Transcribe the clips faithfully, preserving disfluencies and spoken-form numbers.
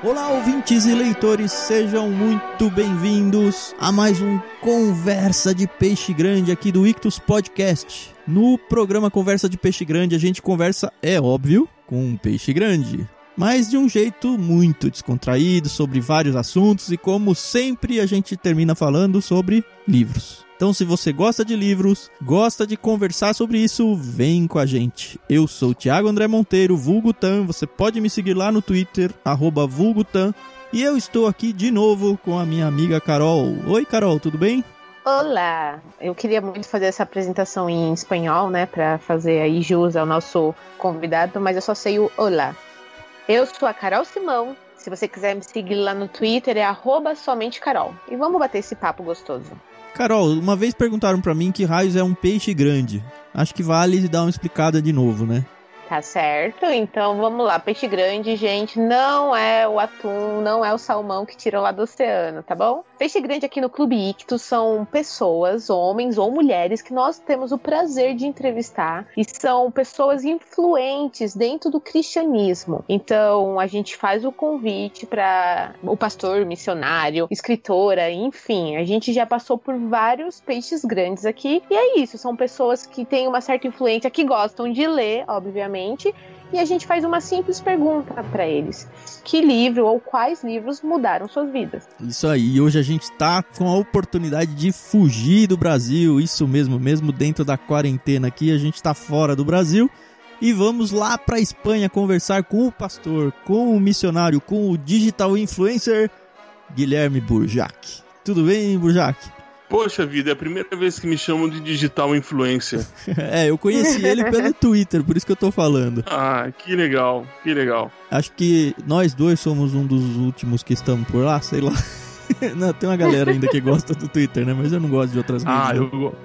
Olá, ouvintes e leitores, sejam muito bem-vindos a mais um Conversa de Peixe Grande aqui do Ictus Podcast. No programa Conversa de Peixe Grande, a gente conversa, é óbvio, com um peixe grande, mas de um jeito muito descontraído, sobre vários assuntos, e como sempre a gente termina falando sobre livros. Então, se você gosta de livros, gosta de conversar sobre isso, vem com a gente. Eu sou o Thiago André Monteiro, vulgo Tan, você pode me seguir lá no Twitter, arroba vulgo Tan, e eu estou aqui de novo com a minha amiga Carol. Oi, Carol, tudo bem? Olá, eu queria muito fazer essa apresentação em espanhol, né, para fazer aí jus ao nosso convidado, mas eu só sei o olá. Eu sou a Carol Simão, se você quiser me seguir lá no Twitter é arroba somente Carol. E vamos bater esse papo gostoso. Carol, uma vez perguntaram pra mim que raios é um peixe grande. Acho que vale dar uma explicada de novo, né? Tá certo, então vamos lá. Peixe grande, gente, não é o atum, não é o salmão que tiram lá do oceano, tá bom? Peixe grande aqui no Clube Ictus são pessoas, homens ou mulheres, que nós temos o prazer de entrevistar e são pessoas influentes dentro do cristianismo. Então a gente faz o convite para o pastor, missionário, escritora, enfim, a gente já passou por vários peixes grandes aqui e é isso, são pessoas que têm uma certa influência, que gostam de ler, obviamente, e a gente faz uma simples pergunta para eles: que livro ou quais livros mudaram suas vidas? Isso aí, hoje a gente tá com a oportunidade de fugir do Brasil, isso mesmo, mesmo dentro da quarentena aqui, a gente tá fora do Brasil e vamos lá pra Espanha conversar com o pastor, com o missionário, com o digital influencer Guilherme Burjac. Tudo bem, Burjac? Poxa vida, é a primeira vez que me chamam de digital influencer. É, eu conheci ele pelo Twitter, por isso que eu tô falando. Ah, que legal, que legal. Acho que nós dois somos um dos últimos que estamos por lá, sei lá. Não, tem uma galera ainda que gosta do Twitter, né? Mas eu não gosto de outras coisas. Ah, né? eu...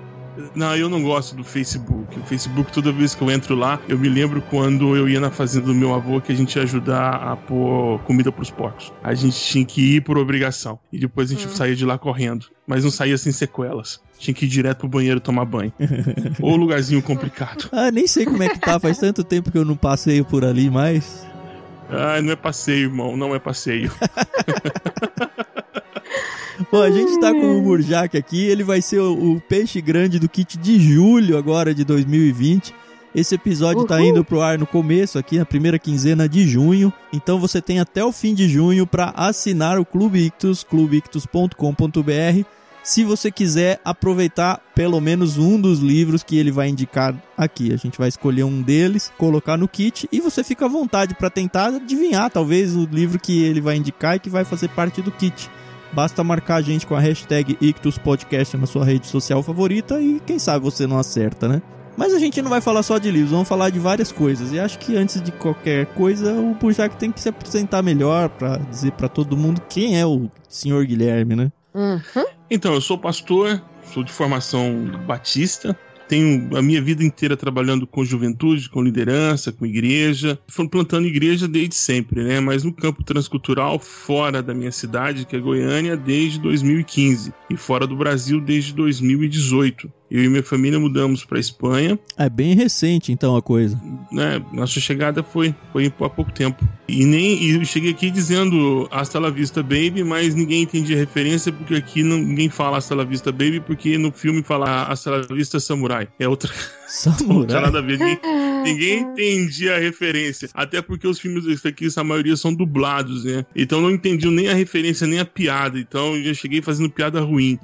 Não, eu não gosto do Facebook. O Facebook, toda vez que eu entro lá, eu me lembro quando eu ia na fazenda do meu avô que a gente ia ajudar a pôr comida pros porcos. A gente tinha que ir por obrigação. E depois a gente hum. saía de lá correndo. Mas não saía sem sequelas. Tinha que ir direto pro banheiro tomar banho. Ou lugarzinho complicado. Ah, nem sei como é que tá. Faz tanto tempo que eu não passeio por ali mais. Ah, não é passeio, irmão. Não é passeio. Bom, a gente tá com o Burjac aqui, ele vai ser o, o peixe grande do kit de julho agora de dois mil e vinte. Esse episódio Uhul. tá indo pro ar no começo aqui, na primeira quinzena de junho. Então você tem até o fim de junho para assinar o Clube Ictus, clube ictus ponto com ponto b r. Se você quiser aproveitar pelo menos um dos livros que ele vai indicar aqui. A gente vai escolher um deles, colocar no kit e você fica à vontade para tentar adivinhar talvez o livro que ele vai indicar e que vai fazer parte do kit. Basta marcar a gente com a hashtag Ictus Podcast na sua rede social favorita e quem sabe você não acerta, né? Mas a gente não vai falar só de livros, vamos falar de várias coisas. E acho que antes de qualquer coisa, o Burjac tem que se apresentar melhor para dizer para todo mundo quem é o senhor Guilherme, né? Uhum. Então, eu sou pastor, sou de formação batista. Tenho a minha vida inteira trabalhando com juventude, com liderança, com igreja. Fui plantando igreja desde sempre, né? Mas no campo transcultural, fora da minha cidade, que é Goiânia, desde dois mil e quinze. E fora do Brasil, desde dois mil e dezoito. Eu e minha família mudamos para a Espanha. É bem recente, então, a coisa. Né? Nossa chegada foi, foi há pouco tempo. E nem e eu cheguei aqui dizendo Hasta la vista, baby, mas ninguém entendia a referência, porque aqui não, ninguém fala Hasta la vista, baby, porque no filme fala Hasta la vista, samurai. É outra... Samurai? Não tinha nada a ver. Ninguém, ninguém entendia a referência. Até porque os filmes aqui, a maioria são dublados, né? Então não entendiam nem a referência, nem a piada. Então eu já cheguei fazendo piada ruim.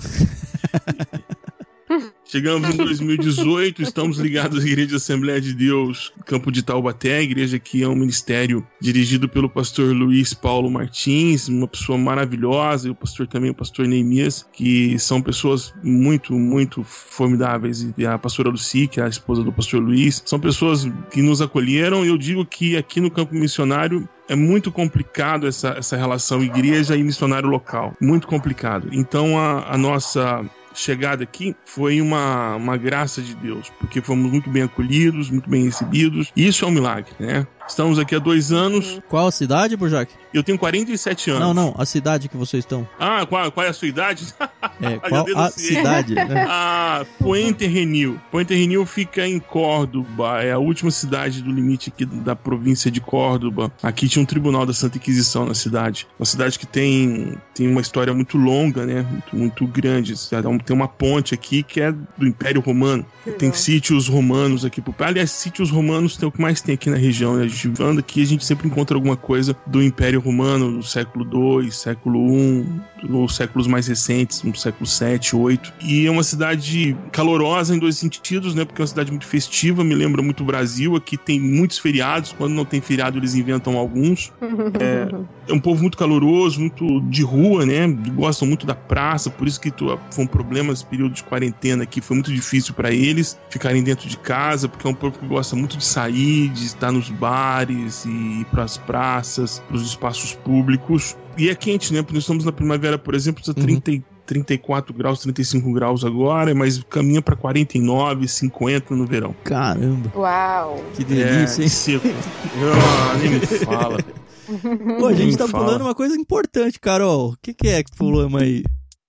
Chegamos em dois mil e dezoito, estamos ligados à Igreja Assembleia de Deus, Campo de Taubaté. A igreja aqui é um ministério dirigido pelo pastor Luiz Paulo Martins, uma pessoa maravilhosa, e o pastor também, o pastor Neemias, que são pessoas muito, muito formidáveis. E a pastora Lucy, que é a esposa do pastor Luiz, são pessoas que nos acolheram. E eu digo que aqui no campo missionário é muito complicado essa, essa relação igreja e missionário local. Muito complicado. Então a, a nossa chegada aqui foi uma, uma graça de Deus, porque fomos muito bem acolhidos, muito bem recebidos, e isso é um milagre, né? Estamos aqui há dois anos. Qual a cidade, Burjac? Eu tenho quarenta e sete anos. Não, não, a cidade que vocês estão. Ah, qual, qual é a sua idade? É, qual a cidade? Né? Ah, Puente-Genil. Puente-Genil fica em Córdoba, é a última cidade do limite aqui da província de Córdoba. Aqui tinha um tribunal da Santa Inquisição na cidade. Uma cidade que tem, tem uma história muito longa, né? Muito, muito grande. Tem uma ponte aqui que é do Império Romano. Tem sítios romanos aqui. Aliás, sítios romanos tem o que mais tem aqui na região, né? A gente anda aqui, a gente sempre encontra alguma coisa do Império Romano, do século dois, século um, ou séculos mais recentes, no século sete, oito. E é uma cidade calorosa em dois sentidos, né? Porque é uma cidade muito festiva, me lembra muito o Brasil. Aqui tem muitos feriados, quando não tem feriado eles inventam alguns. É, é um povo muito caloroso, muito de rua, né? Gostam muito da praça, por isso que foi um problema esse período de quarentena aqui, foi muito difícil para eles ficarem dentro de casa, porque é um povo que gosta muito de sair, de estar nos bares e ir para as praças, para os espaços públicos. E é quente, né? Porque nós estamos na primavera, por exemplo, está trinta, uhum. trinta e quatro graus, trinta e cinco graus agora, mas caminha para quarenta e nove, cinquenta no verão. Caramba! Uau! Que delícia, é, hein? Seco. Ah, nem me fala. Pô, a gente nem tá fala. pulando uma coisa importante, Carol. O que, que é que pulamos aí?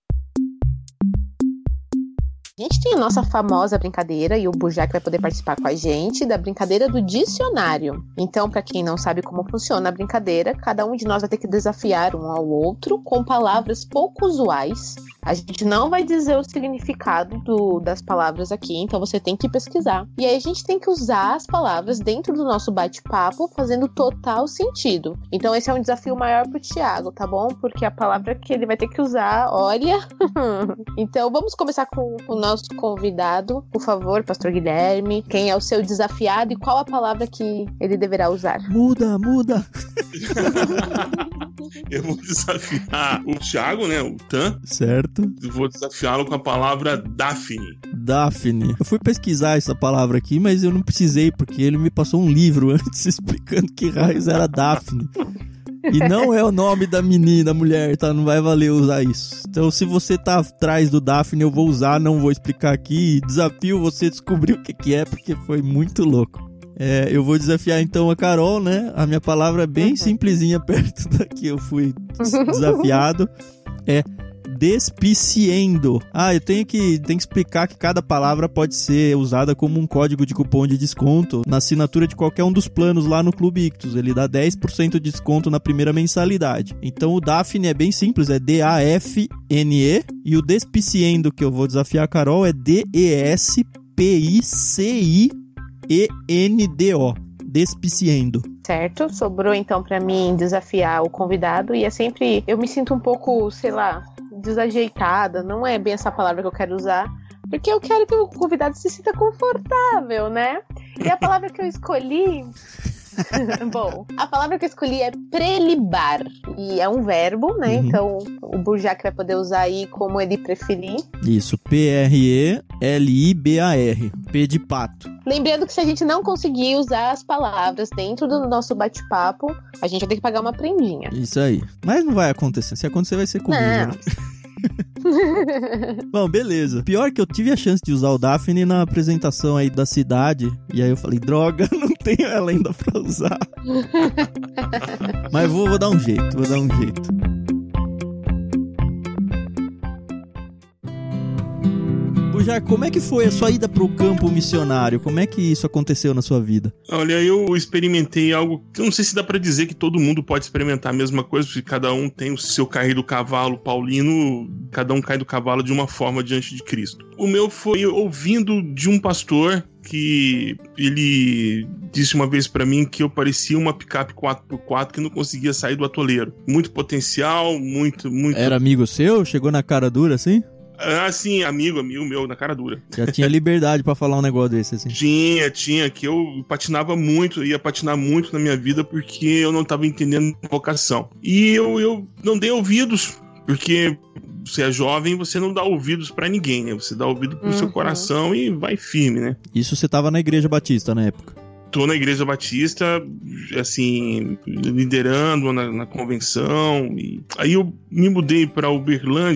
A gente tem a nossa famosa brincadeira, e o Burjac vai poder participar com a gente, da brincadeira do dicionário. Então, para quem não sabe como funciona a brincadeira, cada um de nós vai ter que desafiar um ao outro com palavras pouco usuais. A gente não vai dizer o significado do, das palavras aqui, então você tem que pesquisar. E aí a gente tem que usar as palavras dentro do nosso bate-papo, fazendo total sentido. Então esse é um desafio maior pro Thiago, tá bom? Porque a palavra que ele vai ter que usar, olha... Então vamos começar com o nosso convidado, por favor, Pastor Guilherme. Quem é o seu desafiado e qual a palavra que ele deverá usar? Muda, muda! Eu vou desafiar o Thiago, né? O Tan. Certo. Eu vou desafiá-lo com a palavra Daphne. Daphne. Eu fui pesquisar essa palavra aqui, mas eu não precisei, porque ele me passou um livro antes explicando que raios era Daphne. E não é o nome da menina, mulher, tá? Não vai valer usar isso. Então, se você tá atrás do Daphne, eu vou usar, não vou explicar aqui. Desafio você descobrir o que que é, porque foi muito louco. É, eu vou desafiar então a Carol, né? A minha palavra é bem simplesinha perto da que eu fui desafiado. É despiciendo. Ah, eu tenho que, tenho que explicar que cada palavra pode ser usada como um código de cupom de desconto na assinatura de qualquer um dos planos lá no Clube Ictus. Ele dá dez por cento de desconto na primeira mensalidade. Então o Daphne é bem simples, é D A F N E. E o despiciendo que eu vou desafiar a Carol é D E S P I C I E N D O. Despiciendo. Certo, sobrou então pra mim desafiar o convidado. E é sempre, eu me sinto um pouco, sei lá, desajeitada, não é bem essa palavra que eu quero usar, porque eu quero que o convidado se sinta confortável, né? E a palavra que eu escolhi... Bom, a palavra que eu escolhi é prelibar, e é um verbo, né? Uhum. Então o Burjac vai poder usar aí como ele preferir. Isso, P R E L I B A R, P de pato. Lembrando que se a gente não conseguir usar as palavras dentro do nosso bate-papo, a gente vai ter que pagar uma prendinha. Isso aí, mas não vai acontecer, se acontecer vai ser comigo, né? Bom, beleza. Pior que eu tive a chance de usar o Daphne na apresentação aí da cidade. E aí eu falei, droga, não tenho ela ainda pra usar. Mas vou, vou dar um jeito, vou dar um jeito. Já, como é que foi a sua ida pro campo missionário? Como é que isso aconteceu na sua vida? Olha, eu experimentei algo que eu não sei se dá pra dizer que todo mundo pode experimentar a mesma coisa, porque cada um tem o seu cair do cavalo paulino, cada um cai do cavalo de uma forma diante de Cristo. O meu foi ouvindo de um pastor que ele disse uma vez pra mim que eu parecia uma picape quatro por quatro que não conseguia sair do atoleiro. Muito potencial, muito, muito... Era amigo seu? Chegou na cara dura assim? Ah, sim, amigo, amigo meu, na cara dura. Já tinha liberdade pra falar um negócio desse, assim? Tinha, tinha, que eu patinava muito, ia patinar muito na minha vida porque eu não tava entendendo a vocação. E eu, eu não dei ouvidos, porque você é jovem, você não dá ouvidos pra ninguém, né? Você dá ouvido pro uhum. seu coração e vai firme, né? Isso você tava na Igreja Batista na época? Tô na Igreja Batista, assim, liderando na, na convenção. E aí eu me mudei pra Uberlândia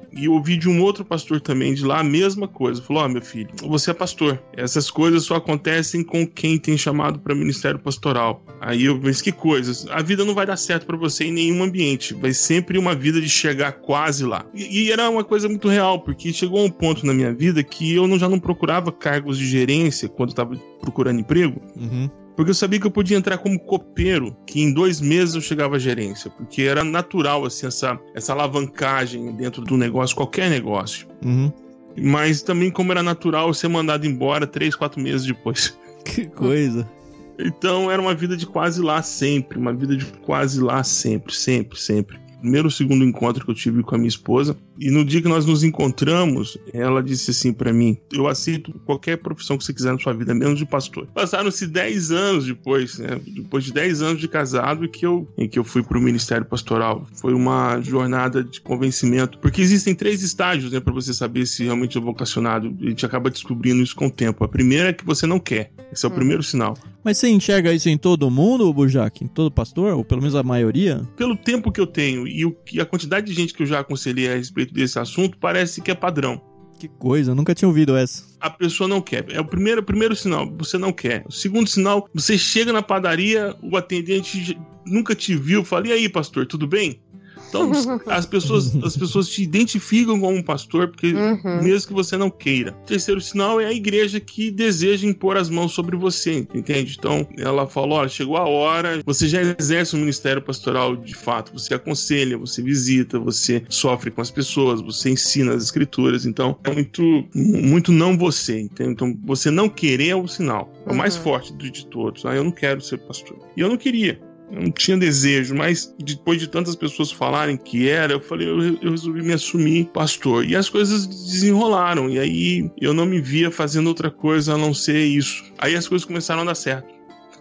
E eu ouvi de um outro pastor também de lá a mesma coisa. Falou, ó, oh, meu filho, você é pastor. Essas coisas só acontecem com quem tem chamado para ministério pastoral. Aí eu pensei, que coisas? A vida não vai dar certo para você em nenhum ambiente. Vai sempre uma vida de chegar quase lá. E, e era uma coisa muito real, porque chegou um ponto na minha vida que eu não, já não procurava cargos de gerência quando eu estava procurando emprego. Uhum. Porque eu sabia que eu podia entrar como copeiro, que em dois meses eu chegava à gerência. Porque era natural, assim, essa, essa alavancagem dentro do negócio, qualquer negócio. Uhum. Mas também como era natural ser mandado embora três, quatro meses depois. Que coisa. Então era uma vida de quase lá sempre, uma vida de quase lá sempre, sempre, sempre. Primeiro ou segundo encontro que eu tive com a minha esposa, e no dia que nós nos encontramos, ela disse assim pra mim, eu aceito qualquer profissão que você quiser na sua vida, menos de pastor. Passaram-se dez anos depois, né? Depois de dez anos de casado, que eu, em que eu fui pro ministério pastoral. Foi uma jornada de convencimento, porque existem três estágios, né, pra você saber se realmente é vocacionado. A gente acaba descobrindo isso com o tempo. A primeira é que você não quer. Esse é o hum. primeiro sinal. Mas você enxerga isso em todo mundo, Burjac? Em todo pastor? Ou pelo menos a maioria? Pelo tempo que eu tenho e, o, e a quantidade de gente que eu já aconselhei a respeito desse assunto, parece que é padrão. Que coisa, eu nunca tinha ouvido essa. A pessoa não quer. É o primeiro, primeiro sinal, você não quer. O segundo sinal, você chega na padaria, o atendente nunca te viu, fala, e aí, pastor, tudo bem? Então, as pessoas, as pessoas te identificam como um pastor, porque uhum. mesmo que você não queira. O terceiro sinal é a igreja que deseja impor as mãos sobre você, entende? Então, ela falou, olha, chegou a hora, você já exerce um ministério pastoral de fato, você aconselha, você visita, você sofre com as pessoas, você ensina as escrituras, então é muito, muito não você, entende? Então, você não querer é o sinal, é o mais uhum. forte de todos. Ah, eu não quero ser pastor. E eu não queria. Eu não tinha desejo, mas depois de tantas pessoas falarem que era, eu falei, eu, eu resolvi me assumir pastor. E as coisas desenrolaram, e aí eu não me via fazendo outra coisa a não ser isso. Aí as coisas começaram a dar certo.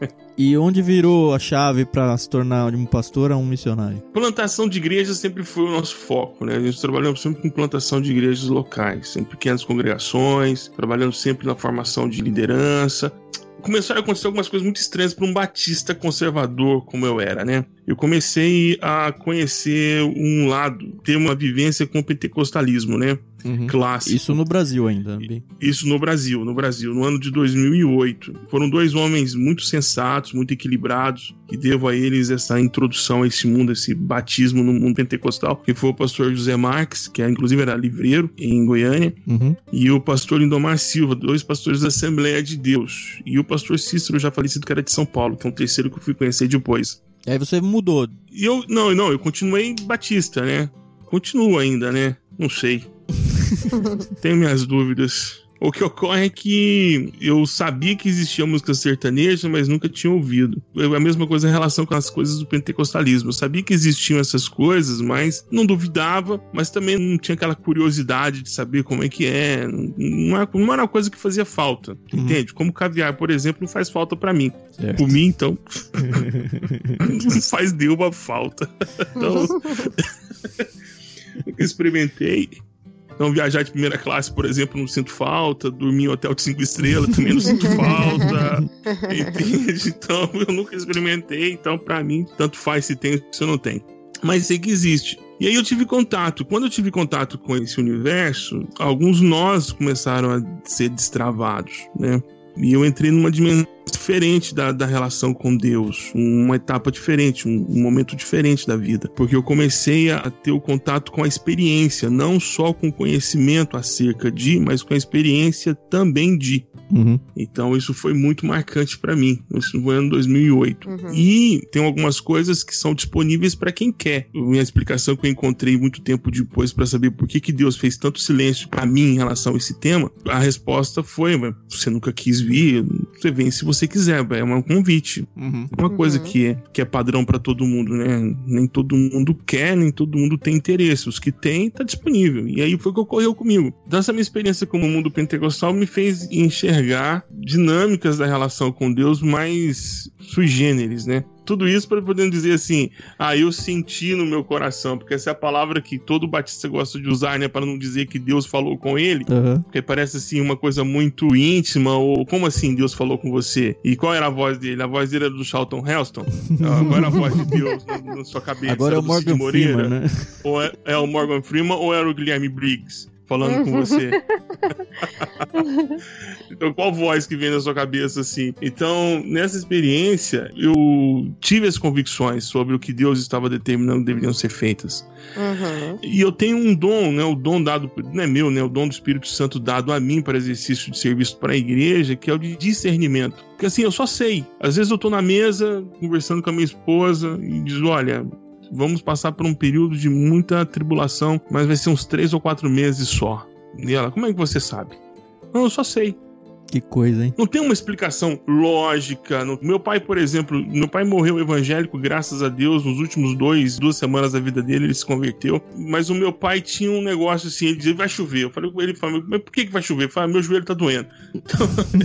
E onde virou a chave para se tornar de um pastor a um missionário? Plantação de igrejas sempre foi o nosso foco, né? A gente trabalhou sempre com plantação de igrejas locais, em pequenas congregações, trabalhando sempre na formação de liderança. Começaram a acontecer algumas coisas muito estranhas para um batista conservador como eu era, né? Eu comecei a conhecer um lado, ter uma vivência com o pentecostalismo, né? Uhum. Clássico. Isso no Brasil ainda. Bem. Isso no Brasil, no Brasil, no ano de dois mil e oito. Foram dois homens muito sensatos, muito equilibrados, que devo a eles essa introdução a esse mundo, esse batismo no mundo pentecostal, que foi o pastor José Marques, que inclusive era livreiro em Goiânia, uhum. e o pastor Lindomar Silva, dois pastores da Assembleia de Deus, e o pastor Cícero, já falecido, que era de São Paulo, que é um terceiro que eu fui conhecer depois. E aí você mudou. E eu, não, não, eu continuei batista, né? Continuo ainda, né? Não sei. Tenho minhas dúvidas. O que ocorre é que eu sabia que existia música sertaneja, mas nunca tinha ouvido. É a mesma coisa em relação com as coisas do pentecostalismo. Eu sabia que existiam essas coisas, mas não duvidava, mas também não tinha aquela curiosidade de saber como é que é. Não era, não era uma coisa que fazia falta, uhum. entende? Como caviar, por exemplo, não faz falta pra mim. Certo. Por mim, então, não faz nenhuma falta. Então, eu experimentei. Então, viajar de primeira classe, por exemplo, não sinto falta. Dormir em hotel de cinco estrelas também não sinto falta. Entende? Então, eu nunca experimentei. Então, pra mim, tanto faz se tem ou se não tem. Mas sei que existe. E aí eu tive contato. Quando eu tive contato com esse universo, alguns nós começaram a ser destravados, né? E eu entrei numa dimensão diferente da, da relação com Deus, uma etapa diferente, um, um momento diferente da vida, porque eu comecei a ter o contato com a experiência, não só com o conhecimento acerca de, mas com a experiência também de. Uhum. Então isso foi muito marcante para mim. Isso foi no ano dois mil e oito. Uhum. E tem algumas coisas que são disponíveis para quem quer. A minha explicação que eu encontrei muito tempo depois para saber por que, que Deus fez tanto silêncio para mim em relação a esse tema, a resposta foi: você nunca quis vir, você vem se você quiser, é um convite. Uhum. Uma coisa uhum. que, é, que é padrão para todo mundo, né? Nem todo mundo quer, nem todo mundo tem interesse. Os que tem, tá disponível. E aí foi o que ocorreu comigo. Então, essa minha experiência com o mundo pentecostal me fez enxergar dinâmicas da relação com Deus mais sui generis, né? tudo isso para poder dizer assim, ah, eu senti no meu coração, porque essa é a palavra que todo batista gosta de usar, né, para não dizer que Deus falou com ele, uhum. porque parece assim uma coisa muito íntima, ou como assim Deus falou com você? E qual era a voz dele? A voz dele era do Charlton Heston? Agora a voz de Deus na, na sua cabeça. Agora é o Morgan Freeman, né? Ou é, é o Morgan Freeman ou era o Guilherme Briggs falando com você? Então, qual voz que vem na sua cabeça, assim? Então, nessa experiência, eu tive as convicções sobre o que Deus estava determinando que deveriam ser feitas. Uhum. E eu tenho um dom, né? O dom dado, não é meu, né? O dom do Espírito Santo dado a mim para exercício de serviço para a igreja, que é o de discernimento. Porque assim, eu só sei. Às vezes eu tô na mesa, conversando com a minha esposa, e diz, olha, vamos passar por um período de muita tribulação, mas vai ser uns três ou quatro meses só. E ela, como é que você sabe? Não, eu só sei. Que coisa, hein? Não tem uma explicação lógica. Não... Meu pai, por exemplo, meu pai morreu evangélico, graças a Deus, nos últimos dois, duas semanas da vida dele, ele se converteu. Mas o meu pai tinha um negócio assim, ele dizia, vai chover. Eu falei com ele, falei, mas por que que vai chover? Eu falei, meu joelho tá doendo. Então,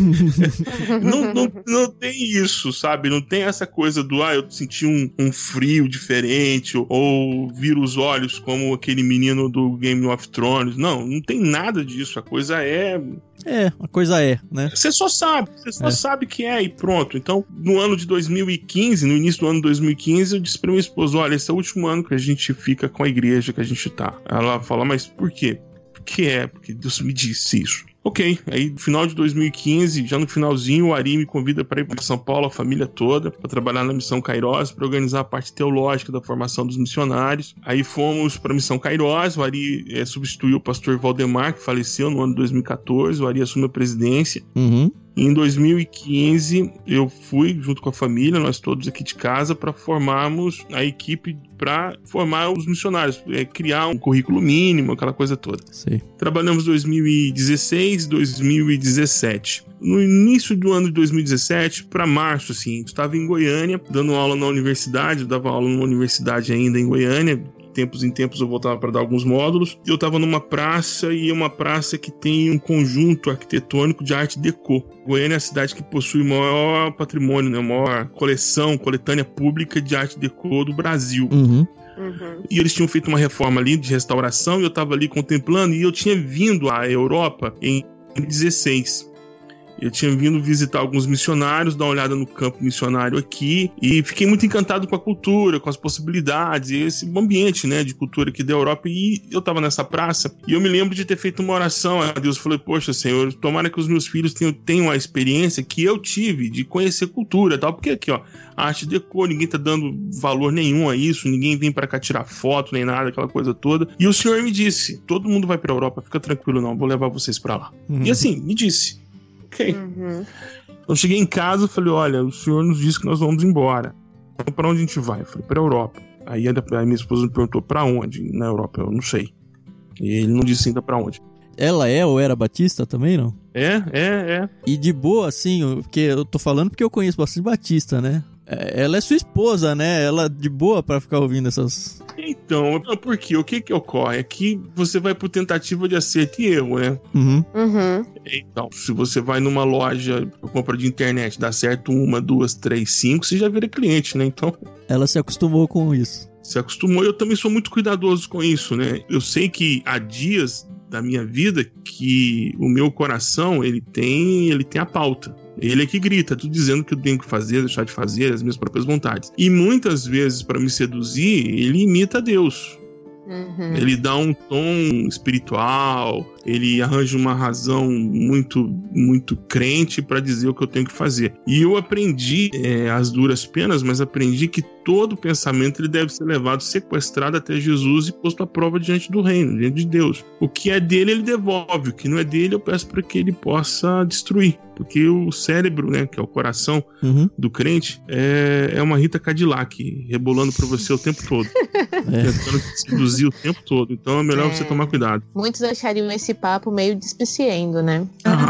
não, não, não tem isso, sabe? Não tem essa coisa do, ah, eu senti um, um frio diferente, ou, ou viro os olhos como aquele menino do Game of Thrones. Não, não tem nada disso. A coisa é... É, a coisa é, né? Você só sabe, você só é. sabe que é e pronto. Então, no ano de dois mil e quinze, no início do ano de dois mil e quinze, eu disse pra minha esposa, olha, esse é o último ano que a gente fica com a igreja que a gente tá. Ela fala, mas por quê? Porque é, porque Deus me disse isso. Ok, aí no final de dois mil e quinze, já no finalzinho, o Ari me convida para ir para São Paulo, a família toda, para trabalhar na Missão Kairos, para organizar a parte teológica da formação dos missionários. Aí fomos para a Missão Kairos, o Ari é, substituiu o pastor Valdemar, que faleceu no ano de dois mil e catorze, o Ari assumiu a presidência. Uhum. Em dois mil e quinze, eu fui, junto com a família, nós todos aqui de casa, para formarmos a equipe para formar os missionários, é, criar um currículo mínimo, aquela coisa toda. Sim. Trabalhamos dois mil e dezesseis, dois mil e dezessete. No início do ano de dois mil e dezessete, para março, assim, eu estava em Goiânia, dando aula na universidade, eu dava aula numa universidade ainda em Goiânia. Tempos em tempos eu voltava para dar alguns módulos. Eu estava numa praça, e é uma praça que tem um conjunto arquitetônico de arte deco. Goiânia é a cidade que possui o maior patrimônio, né, a maior coleção, coletânea pública de arte deco do Brasil. Uhum. Uhum. E eles tinham feito uma reforma ali de restauração, e eu estava ali contemplando, e eu tinha vindo à Europa em dezesseis. Eu tinha vindo visitar alguns missionários, dar uma olhada no campo missionário aqui, e fiquei muito encantado com a cultura, com as possibilidades, e esse ambiente, né, de cultura aqui da Europa. E eu estava nessa praça, e eu me lembro de ter feito uma oração a Deus. Falei, poxa, Senhor, tomara que os meus filhos tenham, tenham a experiência que eu tive de conhecer cultura e tal, porque aqui, ó, a arte deco, ninguém tá dando valor nenhum a isso, ninguém vem para cá tirar foto, nem nada, aquela coisa toda. E o Senhor me disse, todo mundo vai pra Europa, fica tranquilo não, vou levar vocês pra lá. Uhum. E assim, me disse. Ok. Uhum. Eu cheguei em casa e falei, olha, o senhor nos disse que nós vamos embora. Então, pra onde a gente vai? Eu falei, pra Europa. Aí a minha esposa me perguntou, pra onde na Europa? Eu não sei. E ele não disse ainda pra onde. Ela é ou era batista também, não? É, é, é. E de boa, assim, porque eu tô falando porque eu conheço bastante batista, né? Ela é sua esposa, né? Ela de boa pra ficar ouvindo essas... Então, porque o que que ocorre? É que você vai por tentativa de acerto e erro, né? Uhum. Uhum. Então, se você vai numa loja, compra de internet, dá certo uma, duas, três, cinco, você já vira cliente, né? Então... Ela se acostumou com isso. Se acostumou. Eu também sou muito cuidadoso com isso, né? Eu sei que há dias da minha vida que o meu coração, ele tem, ele tem a pauta. Ele é que grita, tudo dizendo o que eu tenho que fazer, deixar de fazer, as minhas próprias vontades. E muitas vezes, para me seduzir, ele imita Deus. Uhum. Ele dá um tom espiritual, ele arranja uma razão muito, muito crente para dizer o que eu tenho que fazer. E eu aprendi, é, as duras penas, mas aprendi que todo pensamento ele deve ser levado, sequestrado até Jesus e posto à prova diante do reino, diante de Deus. O que é dele, ele devolve. O que não é dele, eu peço para que ele possa destruir. Porque o cérebro, né, que é o coração uhum. do crente, é, é uma Rita Cadillac, rebolando para você o tempo todo. É. Tentando te seduzir o tempo todo. Então é melhor é. você tomar cuidado. Muitos achariam esse papo meio despiciendo, né?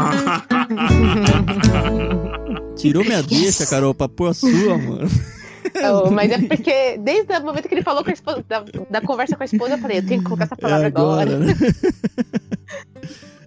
Tirou minha deixa, Carol, pra pôr a sua, mano. Oh, mas é porque desde o momento que ele falou com a esposa, da, da conversa com a esposa, eu falei, eu tenho que colocar essa palavra é agora. agora. Né?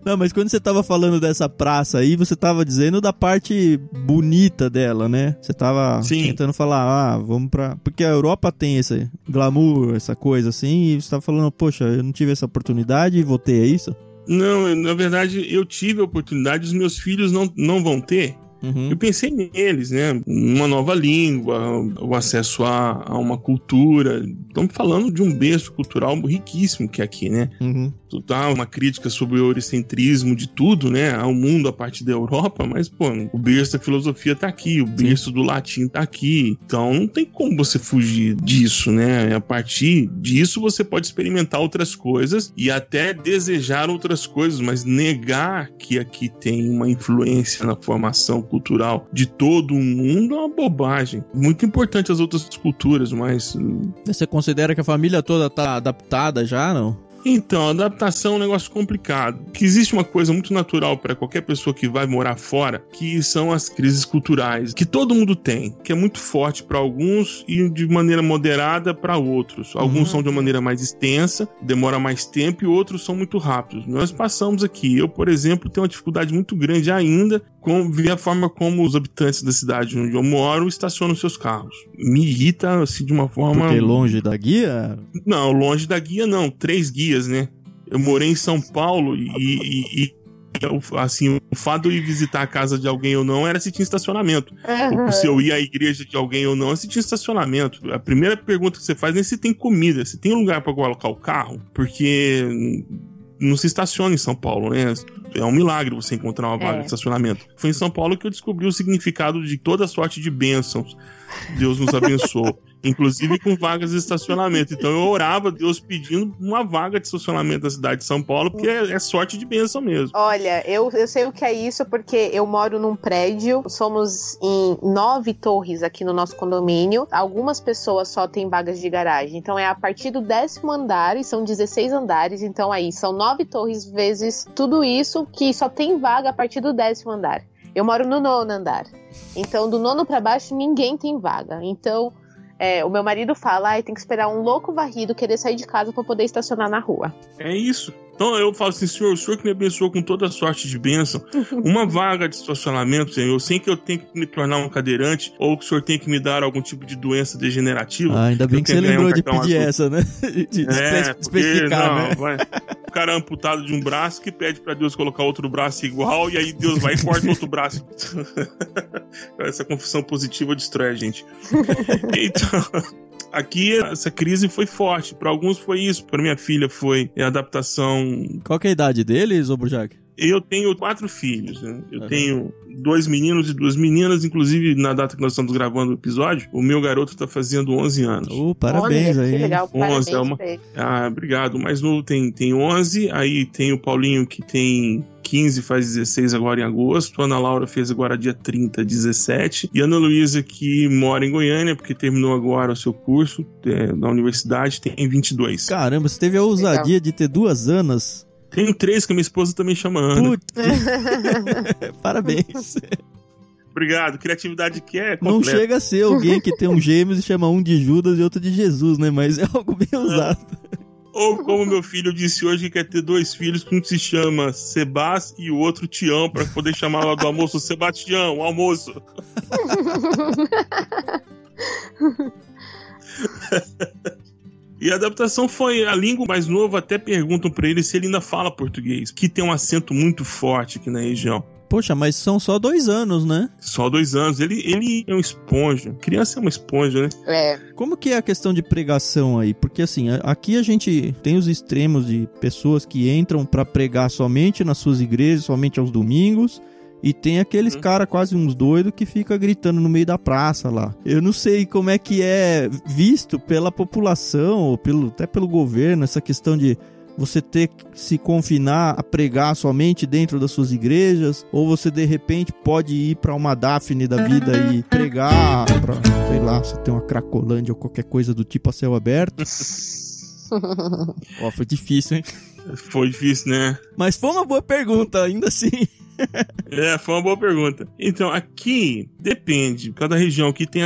Não, mas quando você tava falando dessa praça aí, você tava dizendo da parte bonita dela, né? Você tava Sim. tentando falar, ah, vamos pra... Porque a Europa tem esse glamour, essa coisa assim, e você tava falando, poxa, eu não tive essa oportunidade e voltei, é isso? Não, na verdade, eu tive a oportunidade, os meus filhos não, não vão ter. Uhum. Eu pensei neles, né? Uma nova língua, o acesso a, a uma cultura. Estamos falando de um berço cultural riquíssimo que é aqui, né? Uhum. Dá uma crítica sobre o eurocentrismo de tudo, né? Ao mundo a partir da Europa, mas, pô, o berço da filosofia tá aqui, o berço Sim. do latim tá aqui. Então não tem como você fugir disso, né? A partir disso você pode experimentar outras coisas e até desejar outras coisas, mas negar que aqui tem uma influência na formação cultural de todo o mundo é uma bobagem. Muito importante as outras culturas, mas... Você considera que a família toda tá adaptada já, não? Então, a adaptação é um negócio complicado. Que existe uma coisa muito natural para qualquer pessoa que vai morar fora, que são as crises culturais, que todo mundo tem, que é muito forte para alguns e de maneira moderada para outros. Alguns uhum. são de uma maneira mais extensa, demora mais tempo, e outros são muito rápidos. Nós passamos aqui. Eu, por exemplo, tenho uma dificuldade muito grande ainda com ver a forma como os habitantes da cidade onde eu moro estacionam seus carros. Me irrita, assim, de uma forma... Porque longe da guia? Não, longe da guia não. Três guias, né? Eu morei em São Paulo e, e, e assim, o fato de ir visitar a casa de alguém ou não era se tinha estacionamento. Uhum. Se eu ia à igreja de alguém ou não, se tinha estacionamento. A primeira pergunta que você faz é se tem comida, se tem lugar para colocar o carro, porque não se estaciona em São Paulo, né? É um milagre você encontrar uma vaga é. de estacionamento. Foi em São Paulo que eu descobri o significado de toda sorte de bênçãos. Deus nos abençoou. Inclusive com vagas de estacionamento. Então eu orava Deus pedindo uma vaga de estacionamento da cidade de São Paulo, porque é, é sorte de bênção mesmo. Olha, eu, eu sei o que é isso, porque eu moro num prédio, somos em nove torres aqui no nosso condomínio, algumas pessoas só têm vagas de garagem, então é a partir do décimo andar, e são dezesseis andares, então aí são nove torres vezes tudo isso, que só tem vaga a partir do décimo andar. Eu moro no nono andar, então do nono pra baixo ninguém tem vaga, então... É, o meu marido fala, ah, tem que esperar um louco varrido querer sair de casa pra poder estacionar na rua. É isso. Então eu falo assim, senhor, o senhor que me abençoou com toda a sorte de bênção, uma vaga de estacionamento, senhor, sem que eu tenha que me tornar um cadeirante, ou que o senhor tenha que me dar algum tipo de doença degenerativa. Ah, ainda bem que você lembrou um de pedir azul. Essa, né? De é, especificar, não, né? Vai. O cara é amputado de um braço que pede pra Deus colocar outro braço igual, e aí Deus vai e corta outro braço. Essa confissão positiva destrói a gente. Então... Aqui essa crise foi forte. Para alguns foi isso. Para minha filha foi a adaptação. Qual que é a idade deles, ô Burjac? Eu tenho quatro filhos, né? Eu uhum. tenho dois meninos e duas meninas. Inclusive, na data que nós estamos gravando o episódio, o meu garoto está fazendo onze anos. Oh, parabéns Olha, aí. Que legal, onze, é uma... Ah, obrigado. O mais novo tem, tem onze. Aí tem o Paulinho, que tem quinze, faz dezesseis agora em agosto. A Ana Laura fez agora dia trinta, dezessete. E a Ana Luísa, que mora em Goiânia, porque terminou agora o seu curso é, na universidade, tem vinte e dois. Caramba, você teve a ousadia legal. de ter duas Anas. Tenho três, que a minha esposa também chama Ana. Parabéns. Obrigado. Criatividade que é completa. Não chega a ser alguém que tem um gêmeos e chama um de Judas e outro de Jesus, né? Mas é algo bem usado. Ou como meu filho disse hoje, que quer ter dois filhos, que um se chama Sebas e o outro Tião, para poder chamar lá do almoço Sebastião, o almoço. E a adaptação foi a língua mais nova, até perguntam pra ele se ele ainda fala português, que tem um acento muito forte aqui na região. Poxa, mas são só dois anos, né? Só dois anos. Ele, ele é uma esponja. Criança é uma esponja, né? É. Como que é a questão de pregação aí? Porque assim, aqui a gente tem os extremos de pessoas que entram pra pregar somente nas suas igrejas, somente aos domingos. E tem aqueles uhum. caras quase uns doidos que fica gritando no meio da praça lá. Eu não sei como é que é visto pela população, ou pelo, até pelo governo, essa questão de você ter que se confinar a pregar somente dentro das suas igrejas, ou você de repente pode ir para uma Daphne da vida e pregar pra, sei lá, você tem uma Cracolândia ou qualquer coisa do tipo a céu aberto. Ó, foi difícil, hein? Foi difícil, né? Mas foi uma boa pergunta, ainda assim. É, foi uma boa pergunta. Então, aqui depende. Cada região aqui tem a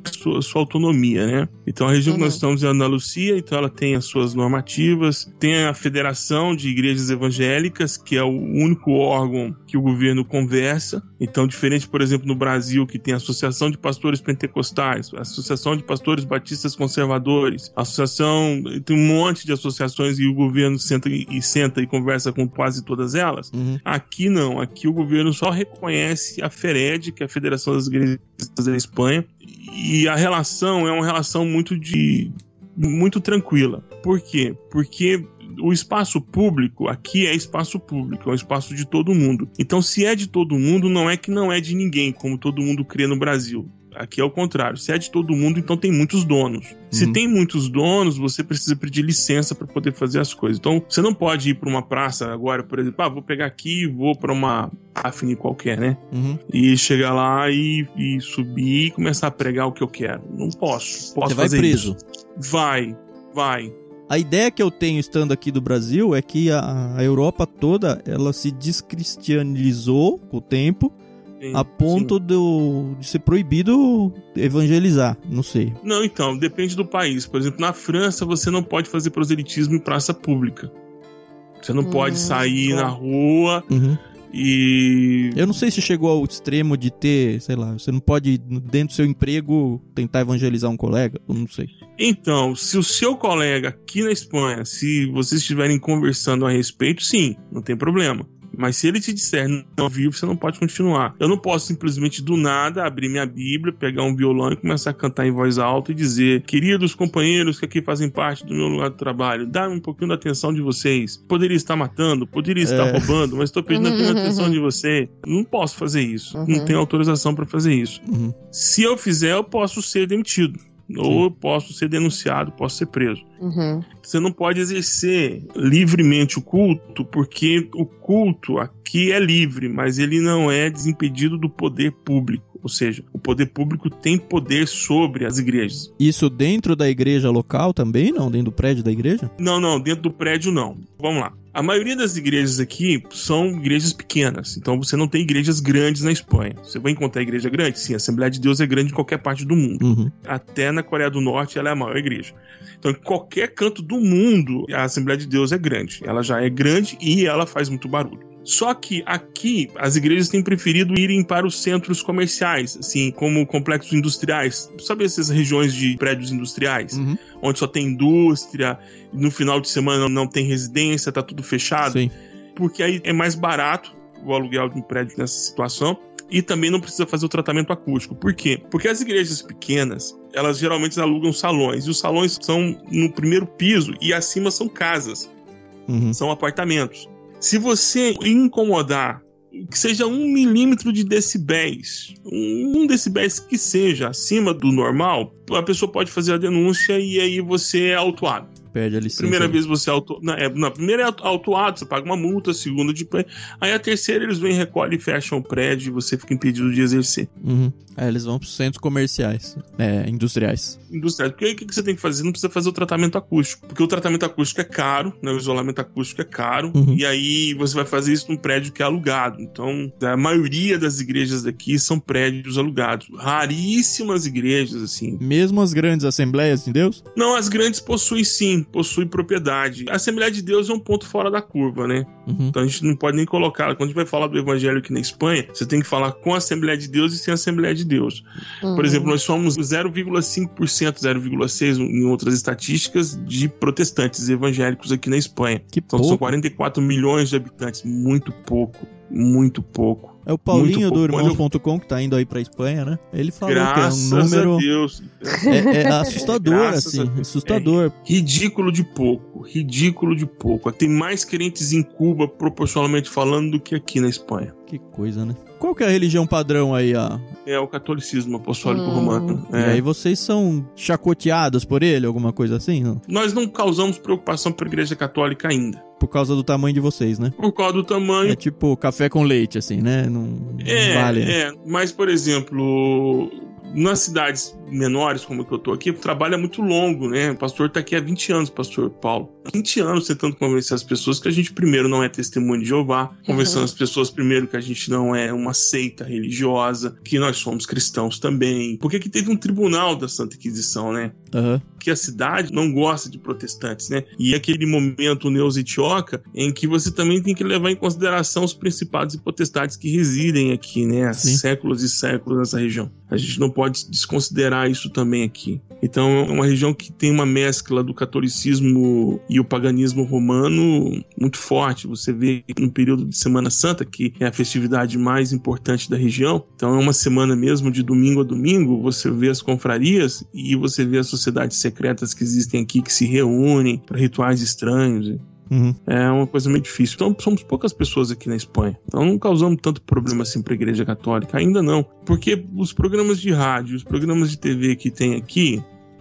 sua, sua autonomia, né? Então a região uhum. que nós estamos é a Andaluzia, então ela tem as suas normativas, tem a Federação de Igrejas Evangélicas, que é o único órgão que o governo conversa. Então, diferente, por exemplo, no Brasil, que tem a Associação de Pastores Pentecostais, a Associação de Pastores Batistas Conservadores, a associação, tem um monte de associações e o governo senta e, e senta e conversa com quase todas elas. Uhum. Aqui não, aqui o governo só reconhece a FERED, que é a Federação das Igrejas da Espanha, e a relação é uma relação muito de muito tranquila. Por quê? Porque o espaço público aqui é espaço público, é um espaço de todo mundo. Então, se é de todo mundo, não é que não é de ninguém, como todo mundo crê no Brasil. Aqui é o contrário. Se é de todo mundo, então tem muitos donos. Uhum. Se tem muitos donos, você precisa pedir licença para poder fazer as coisas. Então, você não pode ir para uma praça agora, por exemplo, ah, vou pegar aqui e vou para uma Daphne qualquer, né? Uhum. E chegar lá e, e subir e começar a pregar o que eu quero. Não posso. Posso você vai fazer preso. Isso. Vai, vai. A ideia que eu tenho estando aqui do Brasil é que a, a Europa toda, ela se descristianizou com o tempo, sim, a ponto do, de ser proibido evangelizar, não sei. Não, então, depende do país. Por exemplo, na França você não pode fazer proselitismo em praça pública. Você não hum, pode sair bom. na rua... Uhum. E... eu não sei se chegou ao extremo de ter, sei lá, você não pode, dentro do seu emprego, tentar evangelizar um colega, eu não sei. Então, se o seu colega aqui na Espanha, se vocês estiverem conversando a respeito, sim, não tem problema. Mas se ele te disser não vivo, você não pode continuar. Eu não posso simplesmente do nada abrir minha Bíblia, pegar um violão e começar a cantar em voz alta e dizer: queridos companheiros que aqui fazem parte do meu lugar de trabalho, dá-me um pouquinho da atenção de vocês. Poderia estar matando, poderia estar é. roubando, mas estou pedindo a atenção de você. Não posso fazer isso. Uhum. Não tenho autorização para fazer isso. Uhum. Se eu fizer, eu posso ser demitido. Ou eu posso ser denunciado, posso ser preso. Uhum. Você não pode exercer livremente o culto, porque o culto aqui é livre, mas ele não é desimpedido do poder público. Ou seja, o poder público tem poder sobre as igrejas. Isso dentro da igreja local também, não? Dentro do prédio da igreja? Não, não, dentro do prédio não. Vamos lá. A maioria das igrejas aqui são igrejas pequenas, então você não tem igrejas grandes na Espanha. Você vai encontrar igreja grande? Sim, a Assembleia de Deus é grande em qualquer parte do mundo. Uhum. Até na Coreia do Norte ela é a maior igreja. Então, em qualquer canto do mundo, a Assembleia de Deus é grande. Ela já é grande e ela faz muito barulho. Só que aqui, as igrejas têm preferido irem para os centros comerciais, assim, como complexos industriais. Sabe essas regiões de prédios industriais? Uhum. Onde só tem indústria, no final de semana não tem residência, tá tudo fechado? Sim. Porque aí é mais barato o aluguel de um prédio nessa situação. E também não precisa fazer o tratamento acústico. Por quê? Porque as igrejas pequenas, elas geralmente alugam salões. E os salões são no primeiro piso e acima são casas. Uhum. São apartamentos. Se você incomodar, que seja um milímetro de decibéis, um decibéis que seja acima do normal, a pessoa pode fazer a denúncia e aí você é autuado. Perde a licença. Primeira vez você é autuado. Na, é, na primeira é autuado, você paga uma multa, a segunda de pé. Aí a terceira eles vêm, recolhem e fecham o prédio e você fica impedido de exercer. Uhum. Aí eles vão para os centros comerciais, é, industriais. Industriais. Porque aí o que você tem que fazer? Não precisa fazer o tratamento acústico. Porque o tratamento acústico é caro, né? O isolamento acústico é caro. Uhum. E aí você vai fazer isso num prédio que é alugado. Então, a maioria das igrejas daqui são prédios alugados. Raríssimas igrejas, assim. Mesmo as grandes Assembleias de Deus? Não, as grandes possuem sim. Possui propriedade. A Assembleia de Deus é um ponto fora da curva, né? Uhum. Então a gente não pode nem colocar. Quando a gente vai falar do Evangelho aqui na Espanha, você tem que falar com a Assembleia de Deus e sem a Assembleia de Deus. Uhum. Por exemplo, nós somos zero vírgula cinco por cento, zero vírgula seis por cento em outras estatísticas de protestantes evangélicos aqui na Espanha. Que então pouco. São quarenta e quatro milhões de habitantes. Muito pouco. Muito pouco. É o Paulinho do Irmãos ponto com eu... que tá indo aí pra Espanha, né? Ele falou Graças que é um número... a Deus. É, é assustador, Graças assim. Assustador. É ridículo de pouco. Ridículo de pouco. Tem mais crentes em Cuba, proporcionalmente falando, do que aqui na Espanha. Que coisa, né? Qual que é a religião padrão aí? A... É o catolicismo apostólico hum. romano. É. E aí vocês são chacoteados por ele, alguma coisa assim? Não? Nós não causamos preocupação para a Igreja Católica ainda. Por causa do tamanho de vocês, né? Por causa do tamanho. É tipo café com leite, assim, né? Não, é, não vale. É, mas, por exemplo, nas cidades menores, como que eu tô aqui, o trabalho é muito longo, né? O pastor tá aqui há vinte anos, pastor Paulo. vinte anos tentando convencer as pessoas que a gente, primeiro, não é testemunho de Jeová, convencendo uhum. as pessoas, primeiro, que a gente não é uma seita religiosa, que nós somos cristãos também. Porque aqui teve um tribunal da Santa Inquisição, né? Uhum. Que a cidade não gosta de protestantes, né? E aquele momento neusitioca em que você também tem que levar em consideração os principados e potestades que residem aqui, né? Há Sim. séculos e séculos nessa região. A gente não pode desconsiderar isso também aqui. Então é uma região que tem uma mescla do catolicismo e o paganismo romano muito forte. Você vê no período de Semana Santa, que é a festividade mais importante da região, então é uma semana mesmo de domingo a domingo, você vê as confrarias e você vê as sociedades secretas que existem aqui, que se reúnem para rituais estranhos. Uhum. É uma coisa meio difícil. Então somos poucas pessoas aqui na Espanha. Então não causamos tanto problema assim para a Igreja Católica. Ainda não. Porque os programas de rádio, os programas de T V que tem aqui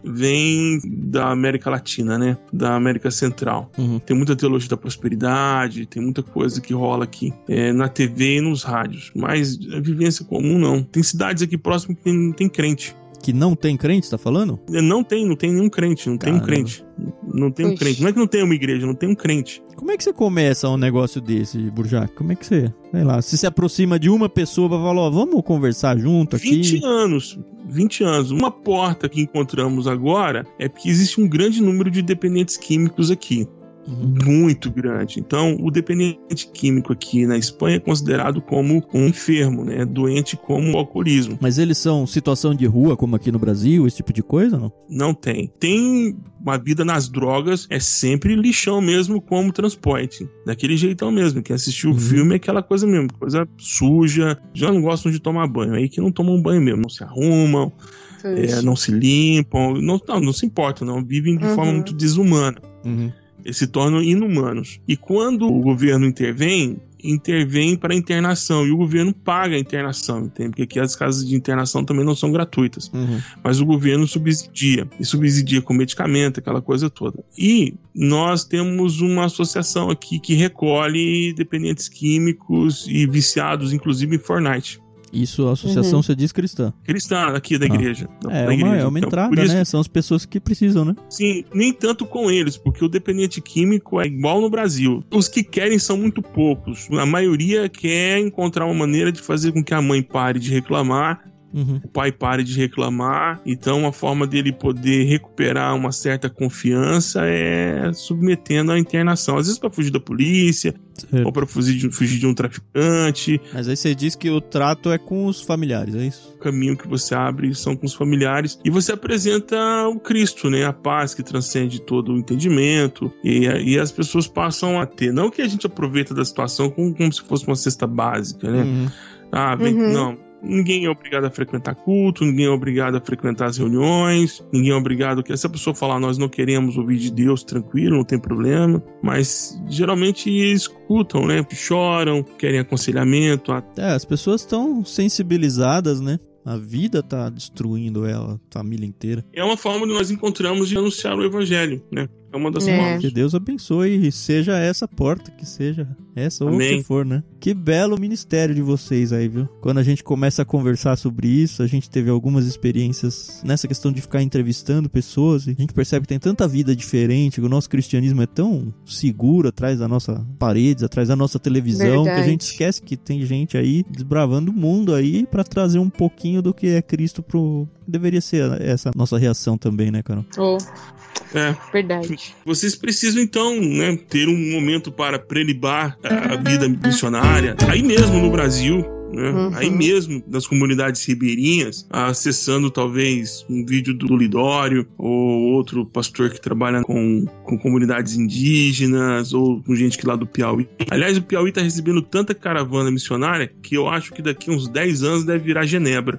vêm da América Latina, né? Da América Central. Uhum. Tem muita teologia da prosperidade, tem muita coisa que rola aqui é, na T V e nos rádios. Mas a vivência comum não. Tem cidades aqui próximas que tem, tem crente. Que não tem crente, tá falando? Não tem, não tem nenhum crente, não Caramba. tem um crente. Não tem um Ixi. crente. Não é que não tem uma igreja, não tem um crente. Como é que você começa um negócio desse, Burjac? Como é que você, sei lá, se se aproxima de uma pessoa pra falar, ó, vamos conversar junto aqui? vinte anos, vinte anos. Uma porta que encontramos agora é porque existe um grande número de dependentes químicos aqui. Uhum. Muito grande. Então, o dependente químico aqui na Espanha é considerado como um enfermo, né? Doente como o alcoolismo. Mas eles são situação de rua, como aqui no Brasil, esse tipo de coisa, não? Não tem. Tem uma vida nas drogas, é sempre lixão mesmo como transporte. Daquele jeitão mesmo. Quem assistiu Uhum. o filme é aquela coisa mesmo, coisa suja. Já não gostam de tomar banho. Aí que não tomam banho mesmo, não se arrumam, é, não se limpam, não, não, não se importam, não. Vivem de Uhum. forma muito desumana. Uhum. Eles se tornam inumanos. E quando o governo intervém, intervém para a internação. E o governo paga a internação, entende? Porque aqui as casas de internação também não são gratuitas. Uhum. Mas o governo subsidia. E subsidia com medicamento, aquela coisa toda. E nós temos uma associação aqui que recolhe dependentes químicos e viciados, inclusive em Fortnite. Isso, a associação, Uhum. você diz cristã. Cristã, aqui da Ah. igreja. Da, É, da uma, igreja. é uma Então, entrada, por isso, né? São as pessoas que precisam, né? Sim, nem tanto com eles, porque o dependente químico é igual no Brasil. Os que querem são muito poucos. A maioria quer encontrar uma maneira de fazer com que a mãe pare de reclamar, Uhum. o pai pare de reclamar. Então, uma forma dele poder recuperar uma certa confiança é submetendo à internação. Às vezes para fugir da polícia, Certo. ou para fugir de, fugir de um traficante. Mas aí você diz que o trato é com os familiares, é isso? O caminho que você abre são com os familiares. E você apresenta o Cristo, né? A paz que transcende todo o entendimento. E, e as pessoas passam a ter. Não que a gente aproveita da situação como, como se fosse uma cesta básica, né? Uhum. Ah, vem, Uhum. não. Ninguém é obrigado a frequentar culto, ninguém é obrigado a frequentar as reuniões, ninguém é obrigado a... Se a pessoa falar, nós não queremos ouvir de Deus, tranquilo, não tem problema. Mas, geralmente, escutam, né? Choram, querem aconselhamento. É, as pessoas estão sensibilizadas, né? A vida tá destruindo ela, a família inteira. É uma forma que nós encontramos de anunciar o evangelho, né? É uma das É. formas. Que Deus abençoe e seja essa porta, que seja essa ou o Amém. que for, né? Que belo ministério de vocês aí, viu? Quando a gente começa a conversar sobre isso, a gente teve algumas experiências nessa questão de ficar entrevistando pessoas e a gente percebe que tem tanta vida diferente, que o nosso cristianismo é tão seguro atrás da nossa paredes, atrás da nossa televisão, Verdade. que a gente esquece que tem gente aí desbravando o mundo aí pra trazer um pouquinho do que é Cristo pro... Deveria ser essa nossa reação também, né, Carol? Oh, É. verdade. Vocês precisam, então, né, ter um momento para prelibar a a vida missionária. Aí mesmo no Brasil, né, Uhum. aí mesmo nas comunidades ribeirinhas, acessando talvez um vídeo do Lidório ou outro pastor que trabalha com, com comunidades indígenas ou com gente que lá do Piauí. Aliás, o Piauí está recebendo tanta caravana missionária que eu acho que daqui a uns dez anos deve virar Genebra.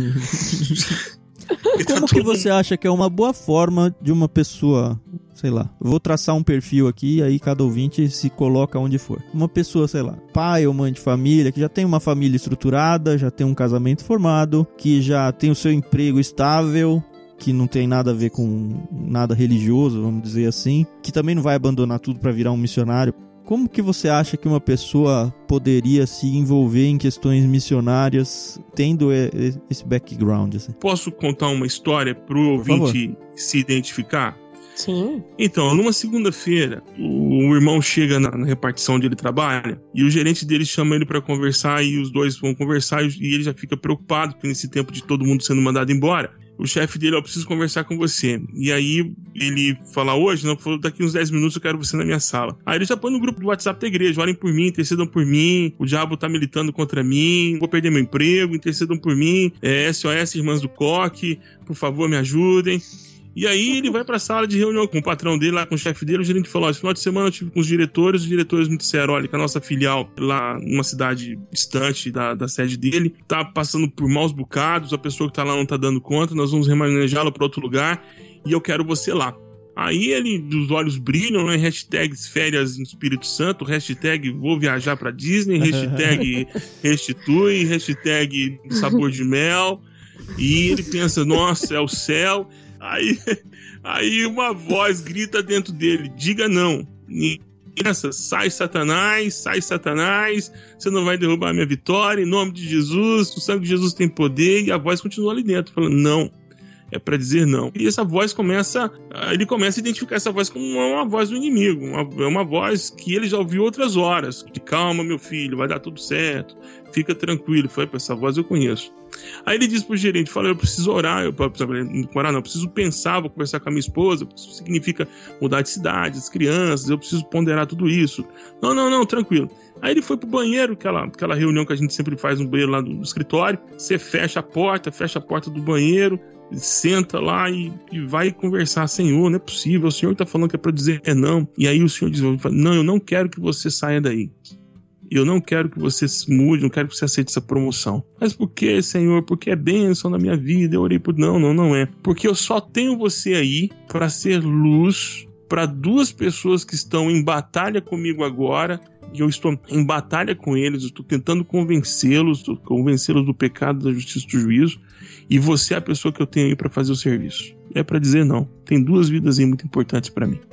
Como que você acha que é uma boa forma de uma pessoa, sei lá, vou traçar um perfil aqui, aí cada ouvinte se coloca onde for. Uma pessoa, sei lá, pai ou mãe de família, que já tem uma família estruturada, já tem um casamento formado, que já tem o seu emprego estável, que não tem nada a ver com nada religioso, vamos dizer assim, que também não vai abandonar tudo pra virar um missionário. como que você acha que uma pessoa poderia se envolver em questões missionárias tendo esse background? Assim? Posso contar uma história pro ouvinte se identificar? Sim. Então, numa segunda-feira, o irmão chega na, na repartição onde ele trabalha e o gerente dele chama ele para conversar e os dois vão conversar e ele já fica preocupado porque nesse tempo de todo mundo sendo mandado embora, o chefe dele, ó, eu preciso conversar com você. E aí ele fala, hoje, não, daqui uns dez minutos eu quero você na minha sala. Aí ele já põe no grupo do WhatsApp da igreja, orem por mim, intercedam por mim, o diabo tá militando contra mim, vou perder meu emprego, intercedam por mim, é, S O S Irmãs do Coque, por favor me ajudem. E aí ele vai pra sala de reunião com o patrão dele, lá com o chefe dele, o gerente falou, ó, esse final de semana eu tive com os diretores, os diretores me disseram, olha, que a nossa filial lá numa cidade distante da, da sede dele, tá passando por maus bocados, a pessoa que tá lá não tá dando conta, nós vamos remanejá-la pra outro lugar e eu quero você lá. Aí ele, os olhos brilham, né? Hashtag férias no Espírito Santo, hashtag vou viajar pra Disney, hashtag restitui, hashtag sabor de mel, e ele pensa, nossa, é o céu. Aí, aí uma voz grita dentro dele, diga não. E essa, sai Satanás, sai Satanás, você não vai derrubar a minha vitória, em nome de Jesus, o sangue de Jesus tem poder, e a voz continua ali dentro, falando, não, é para dizer não. E essa voz começa, ele começa a identificar essa voz como uma, uma voz do inimigo, uma, é uma voz que ele já ouviu outras horas, de calma meu filho, vai dar tudo certo, fica tranquilo, foi, essa voz eu conheço. Aí ele diz pro gerente, fala, eu preciso orar, eu, não, orar não, eu preciso pensar, vou conversar com a minha esposa, isso significa mudar de cidade, as crianças, eu preciso ponderar tudo isso. Não, não, não, tranquilo. Aí ele foi pro banheiro, aquela, aquela reunião que a gente sempre faz no banheiro lá do, do escritório, você fecha a porta, fecha a porta do banheiro, senta lá e, e vai conversar, Senhor, não é possível, o Senhor tá falando que é pra dizer é não. E aí o Senhor diz, não, eu não quero que você saia daí. Eu não quero que você se mude, não quero que você aceite essa promoção. Mas por que, Senhor? Porque é bênção na minha vida. Eu orei por... Não, não, não é. Porque eu só tenho você aí para ser luz para duas pessoas que estão em batalha comigo agora. E eu estou em batalha com eles. Eu estou tentando convencê-los, convencê-los do pecado, da justiça e do juízo. E você é a pessoa que eu tenho aí para fazer o serviço. É para dizer não. Tem duas vidas aí muito importantes para mim.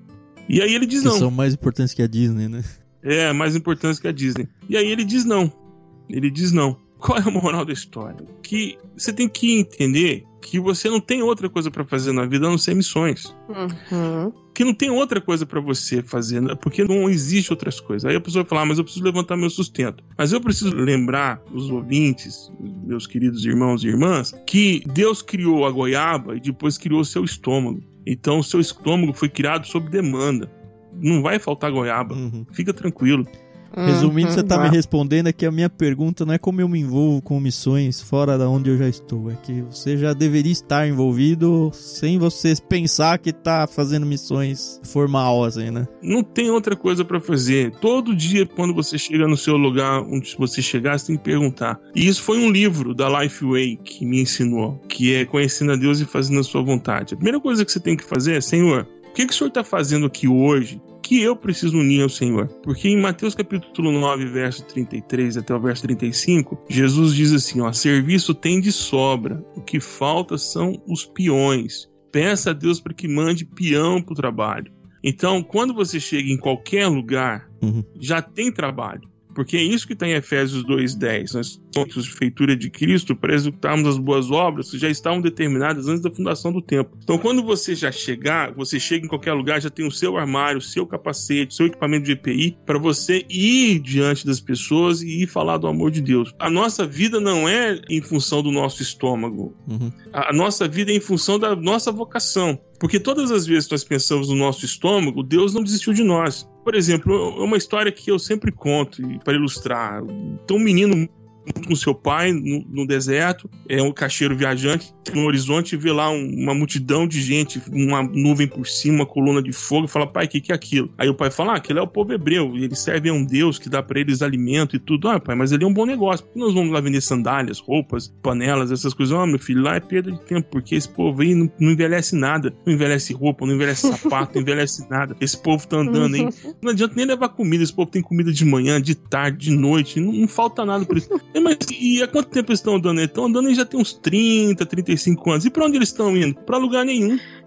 E aí ele diz que não. São mais importantes que a Disney, né? É, mais importante que a Disney. E aí ele diz não. Ele diz não. Qual é a moral da história? Que você tem que entender que você não tem outra coisa pra fazer na vida a não ser missões. Uhum. Que não tem outra coisa pra você fazer, porque não existe outras coisas. Aí a pessoa vai falar, ah, mas eu preciso levantar meu sustento. Mas eu preciso lembrar os ouvintes, meus queridos irmãos e irmãs, que Deus criou a goiaba e depois criou o seu estômago. Então o seu estômago foi criado sob demanda. Não vai faltar goiaba. Uhum. Fica tranquilo. Resumindo, uhum, você tá tá. me respondendo é que a minha pergunta não é como eu me envolvo com missões fora da onde eu já estou. É que você já deveria estar envolvido sem você pensar que tá fazendo missões formal, assim, né? Não tem outra coisa pra fazer. Todo dia, quando você chega no seu lugar onde você chegar, você tem que perguntar. E isso foi um livro da Lifeway que me ensinou, que é Conhecendo a Deus e Fazendo a Sua Vontade. A primeira coisa que você tem que fazer é, Senhor, o que, que o Senhor está fazendo aqui hoje que eu preciso unir ao Senhor? Porque em Mateus capítulo nove, verso trinta e três até o verso trinta e cinco, Jesus diz assim, ó, serviço tem de sobra, o que falta são os peões. Peça a Deus para que mande peão para o trabalho. Então, quando você chega em qualquer lugar, uhum. já tem trabalho. Porque é isso que está em Efésios dois, dez. Nós somos feitura de Cristo para executarmos as boas obras que já estavam determinadas antes da fundação do tempo. Então, quando você já chegar, você chega em qualquer lugar, já tem o seu armário, o seu capacete, o seu equipamento de E P I, para você ir diante das pessoas e ir falar do amor de Deus. A nossa vida não é em função do nosso estômago. Uhum. A nossa vida é em função da nossa vocação. Porque todas as vezes que nós pensamos no nosso estômago, Deus não desistiu de nós. Por exemplo, é uma história que eu sempre conto para ilustrar. Então, um menino com seu pai no, no deserto, é um caixeiro viajante, no horizonte vê lá um, uma multidão de gente, uma nuvem por cima, uma coluna de fogo, e fala, pai, o que, que é aquilo? Aí o pai fala, ah, aquilo é o povo hebreu, e eles servem a um Deus que dá para eles alimento e tudo. Ah, pai, mas ele é um bom negócio, por que nós vamos lá vender sandálias, roupas, panelas, essas coisas? Ah, meu filho, lá é perda de tempo, porque esse povo aí não, não envelhece nada, não envelhece roupa, não envelhece sapato, não envelhece nada, esse povo tá andando aí, não adianta nem levar comida, esse povo tem comida de manhã, de tarde, de noite, não, não falta nada por isso. Mas e há quanto tempo eles estão andando? Eles estão andando e já tem uns trinta, trinta e cinco anos. E pra onde eles estão indo? Pra lugar nenhum.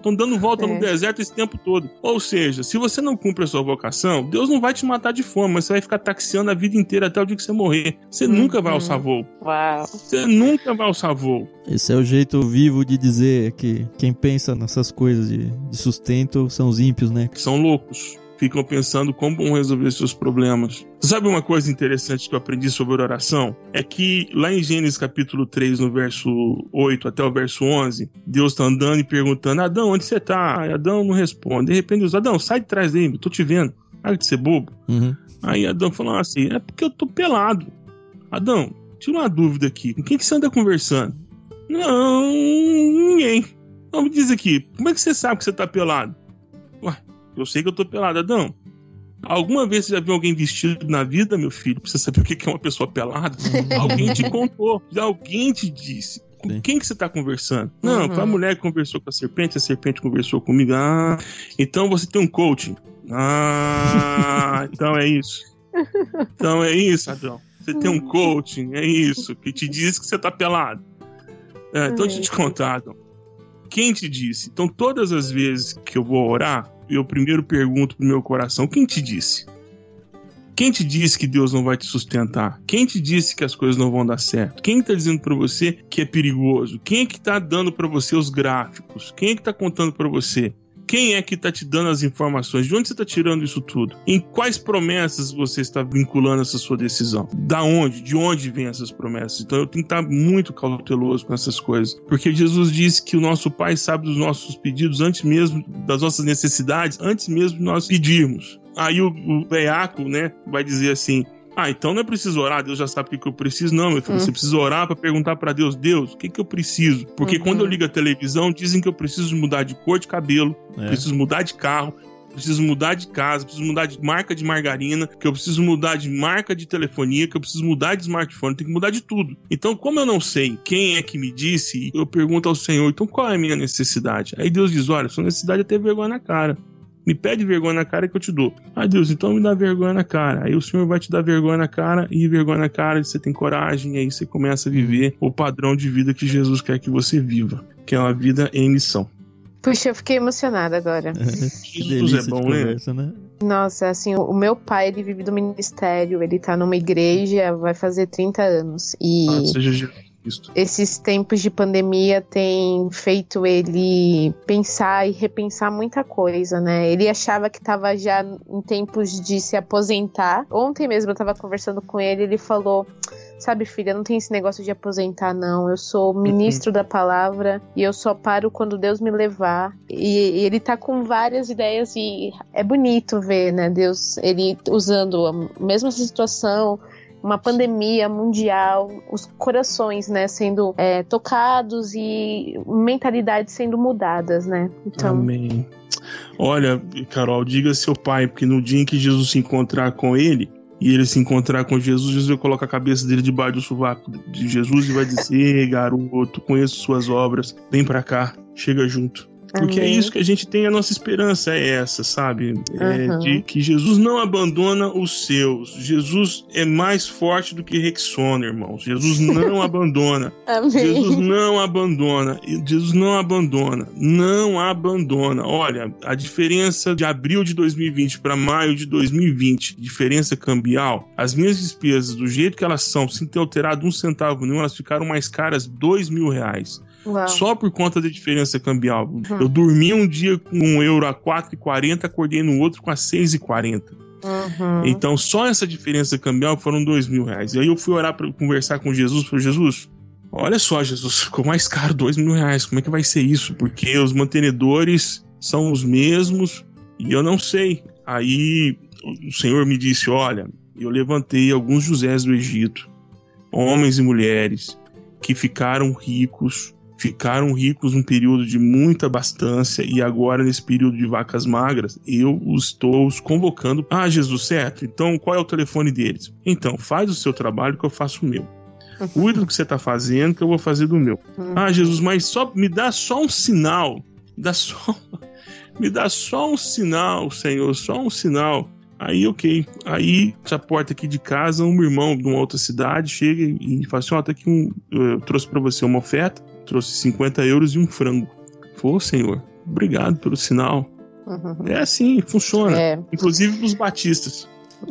estão dando volta É. no deserto esse tempo todo. Ou seja, se você não cumpre a sua vocação, Deus não vai te matar de fome, mas você vai ficar taxiando a vida inteira até o dia que você morrer. Você Uhum. nunca vai alçar voo. Uau. Você nunca vai alçar voo. Esse é o jeito vivo de dizer que quem pensa nessas coisas de, de sustento são os ímpios, né? São loucos. Ficam pensando como vão resolver seus problemas. Sabe uma coisa interessante que eu aprendi sobre oração? É que lá em Gênesis capítulo três, no verso oito até o verso onze, Deus está andando e perguntando: Adão, onde você está? Adão não responde. De repente Deus: Adão, sai de trás dele, eu tô te vendo. Para de ser bobo. Uhum. Aí Adão falou assim: é porque eu tô pelado. Adão, tira uma dúvida aqui. Com quem que você anda conversando? Não, ninguém. Então me diz aqui, como é que você sabe que você tá pelado? Ué, eu sei que eu tô pelado. Adão, alguma vez você já viu alguém vestido na vida, meu filho, pra você saber o que é uma pessoa pelada? Alguém te contou, alguém te disse. Com Sim. quem que você tá conversando? Não, Uhum. com a mulher que conversou com a serpente, a serpente conversou comigo. Ah, então você tem um coaching. Ah, então é isso. Então é isso, Adão. Você tem um coaching, é isso, que te diz que você tá pelado. É, então deixa eu te contar, Adão. Quem te disse? Então todas as vezes que eu vou orar, eu primeiro pergunto pro meu coração: quem te disse? Quem te disse que Deus não vai te sustentar? Quem te disse que as coisas não vão dar certo? Quem tá dizendo pra você que é perigoso? Quem é que tá dando pra você os gráficos? Quem é que tá contando pra você? Quem é que está te dando as informações? De onde você está tirando isso tudo? Em quais promessas você está vinculando essa sua decisão? Da onde? De onde vêm essas promessas? Então eu tenho que estar muito cauteloso com essas coisas. Porque Jesus disse que o nosso Pai sabe dos nossos pedidos antes mesmo, das nossas necessidades, antes mesmo de nós pedirmos. Aí o, o Beaco, né, vai dizer assim: ah, então não é preciso orar, Deus já sabe o que, que eu preciso. Não, meu filho, Hum. você precisa orar para perguntar para Deus: Deus, o que, que eu preciso? Porque Uhum. quando eu ligo a televisão, dizem que eu preciso mudar de cor de cabelo, É. preciso mudar de carro, preciso mudar de casa, preciso mudar de marca de margarina, que eu preciso mudar de marca de telefonia, que eu preciso mudar de smartphone, tem que mudar de tudo. Então, como eu não sei quem é que me disse, eu pergunto ao Senhor: então qual é a minha necessidade? Aí Deus diz: olha, sua necessidade é ter vergonha na cara. Me pede vergonha na cara que eu te dou. Ah, Deus, então me dá vergonha na cara. Aí o Senhor vai te dar vergonha na cara, e vergonha na cara, e você tem coragem, e aí você começa a viver o padrão de vida que Jesus quer que você viva, que é uma vida em missão. Puxa, eu fiquei emocionada agora. Que Jesus delícia é bom, de né? conversa, né? Nossa, assim, o meu pai, ele vive do ministério, ele tá numa igreja, vai fazer trinta anos. E Ah, seja Jesus Cristo. esses tempos de pandemia têm feito ele pensar e repensar muita coisa, né? Ele achava que tava já em tempos de se aposentar. Ontem mesmo eu tava conversando com ele, ele falou: sabe, filha, não tem esse negócio de aposentar, não. Eu sou ministro da palavra e eu só paro quando Deus me levar. E, e ele tá com várias ideias e é bonito ver, né, Deus, ele usando a mesma situação, uma pandemia mundial, os corações, né, sendo é, tocados e mentalidades sendo mudadas, né? Então, Amém. Olha, Carol, diga a seu pai, porque no dia em que Jesus se encontrar com ele, e ele se encontrar com Jesus, Jesus vai colocar a cabeça dele debaixo do sovaco de Jesus e vai dizer: ei, garoto, conheço suas obras, vem pra cá, chega junto. Porque amém. é isso que a gente tem, a nossa esperança é essa, sabe? É Uhum. de que Jesus não abandona os seus. Jesus é mais forte do que Rexona, irmãos. Jesus não abandona. Amém. Jesus não abandona. Jesus não abandona. Não abandona. Olha, a diferença de abril de dois mil e vinte para maio de dois mil e vinte, diferença cambial, as minhas despesas, do jeito que elas são, sem ter alterado um centavo nenhum, elas ficaram mais caras dois mil reais. Uau. Só por conta da diferença cambial. Eu dormi um dia com um euro a quatro e quarenta, acordei no outro com a seis e quarenta. Uhum. Então, só essa diferença cambial foram dois mil reais. E aí eu fui orar para conversar com Jesus. Falei: Jesus, olha só, Jesus, ficou mais caro dois mil reais. Como é que vai ser isso? Porque os mantenedores são os mesmos e eu não sei. Aí o Senhor me disse: olha, eu levantei alguns Josés do Egito, homens e mulheres, que ficaram ricos, ficaram ricos num período de muita abastança, e agora, nesse período de vacas magras, eu estou os convocando. Ah, Jesus, certo? Então, qual é o telefone deles? Então, faz o seu trabalho que eu faço o meu. Cuida do que você está fazendo que eu vou fazer do meu. Ah, Jesus, mas só, me dá só um sinal. Dá só, me dá só um sinal, Senhor, só um sinal. Aí, ok. Aí, essa porta aqui de casa, um irmão de uma outra cidade chega e fala assim: ó, tá aqui um... Eu trouxe para você uma oferta. Trouxe cinquenta euros e um frango. Pô, Senhor, obrigado pelo sinal. Uhum. É assim, funciona. É. Inclusive pros batistas.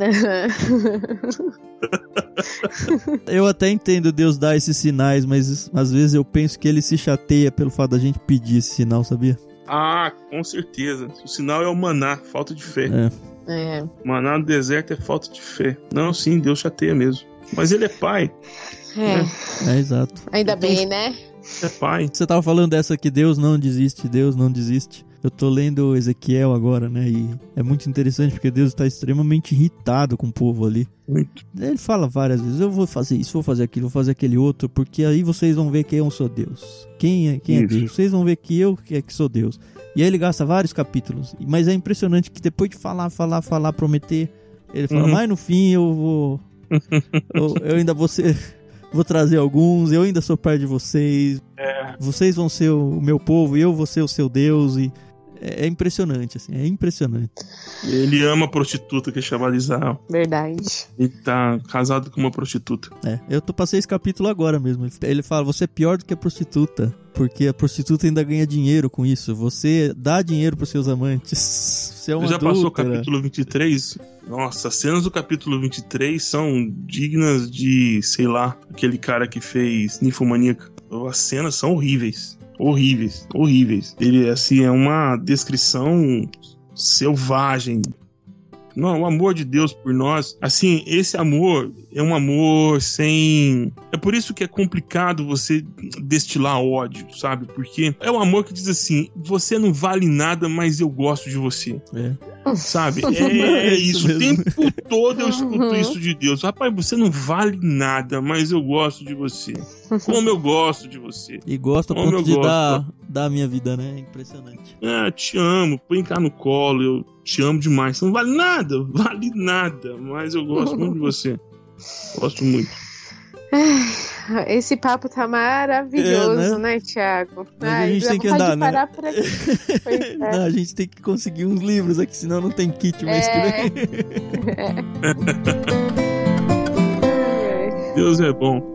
Eu até entendo Deus dar esses sinais, mas às vezes eu penso que ele se chateia pelo fato da gente pedir esse sinal, sabia? Ah, com certeza. O sinal é o maná, falta de fé. É. É. Maná no deserto é falta de fé. Não, sim, Deus chateia mesmo. Mas ele é pai. É, né? É exato. Ainda então, bem, né? É pai. Você tava falando dessa que Deus não desiste, Deus não desiste. Eu tô lendo Ezequiel agora, né? E é muito interessante porque Deus está extremamente irritado com o povo ali. Muito. Ele fala várias vezes, eu vou fazer isso, vou fazer aquilo, vou fazer aquele outro, porque aí vocês vão ver que eu sou Deus. Quem é, quem é Deus? Vocês vão ver que eu que é que sou Deus. E aí ele gasta vários capítulos. Mas é impressionante que depois de falar, falar, falar, prometer, ele fala, uhum. mas no fim eu vou... eu, eu ainda vou ser... Vou trazer alguns, eu ainda sou pai de vocês. É. Vocês vão ser o meu povo e eu vou ser o seu Deus. E é impressionante, assim, é impressionante. Ele ama a prostituta que é chamada Israel. Verdade. Ele tá casado com uma prostituta. É, eu tô passei esse capítulo agora mesmo. Ele fala, você é pior do que a prostituta, porque a prostituta ainda ganha dinheiro com isso. Você dá dinheiro pros seus amantes. Você é uma Você já adúltera. Passou o capítulo vinte e três? Nossa, as cenas do capítulo vinte e três são dignas de, sei lá, aquele cara que fez Ninfomaníaca. As cenas são horríveis. Horríveis, horríveis. Ele, assim, é uma descrição selvagem. Não, o amor de Deus por nós, assim, esse amor é um amor sem... É por isso que é complicado você destilar ódio, sabe? Porque é um amor que diz assim, você não vale nada, mas eu gosto de você. É. Sabe? É, é isso. O tempo todo eu escuto uhum. isso de Deus. Rapaz, você não vale nada, mas eu gosto de você. Como eu gosto de você. E gosto a ponto de gosto. dar, dar a minha vida, né? É impressionante. É, te amo. Põe cá no colo, eu te amo demais. Você não vale nada, vale nada, mas eu gosto muito de você. Gosto muito. Esse papo tá maravilhoso, é, né? né, Thiago? Ai, a gente tem que andar, né? Parar por aqui. É. Não, a gente tem que conseguir uns livros aqui, senão não tem kit mês é. que vem. É. Deus é bom.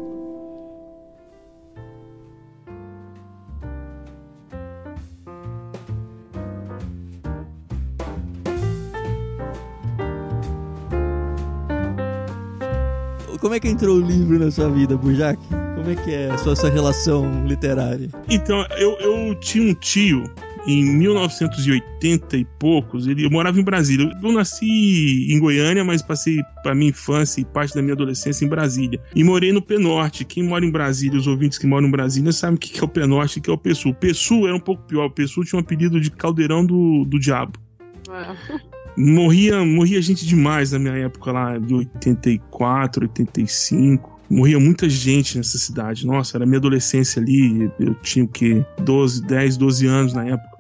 Como é que entrou o livro na sua vida, Burjac? Como é que é a sua, sua relação literária? Então, eu, eu tinha um tio, em mil novecentos e oitenta e poucos, ele, eu morava em Brasília. Eu nasci em Goiânia, mas passei a minha infância e parte da minha adolescência em Brasília. E morei no Penorte. Quem mora em Brasília, os ouvintes que moram em Brasília, sabem o que é o Penorte e o que é o Pessu. O Pessu era um pouco pior. O Pessu tinha um apelido de caldeirão do, do diabo. Ah. Morria, morria gente demais na minha época lá, de oitenta e quatro, oitenta e cinco. Morria muita gente nessa cidade. Nossa, era minha adolescência ali. Eu tinha o quê? doze, dez, doze anos na época.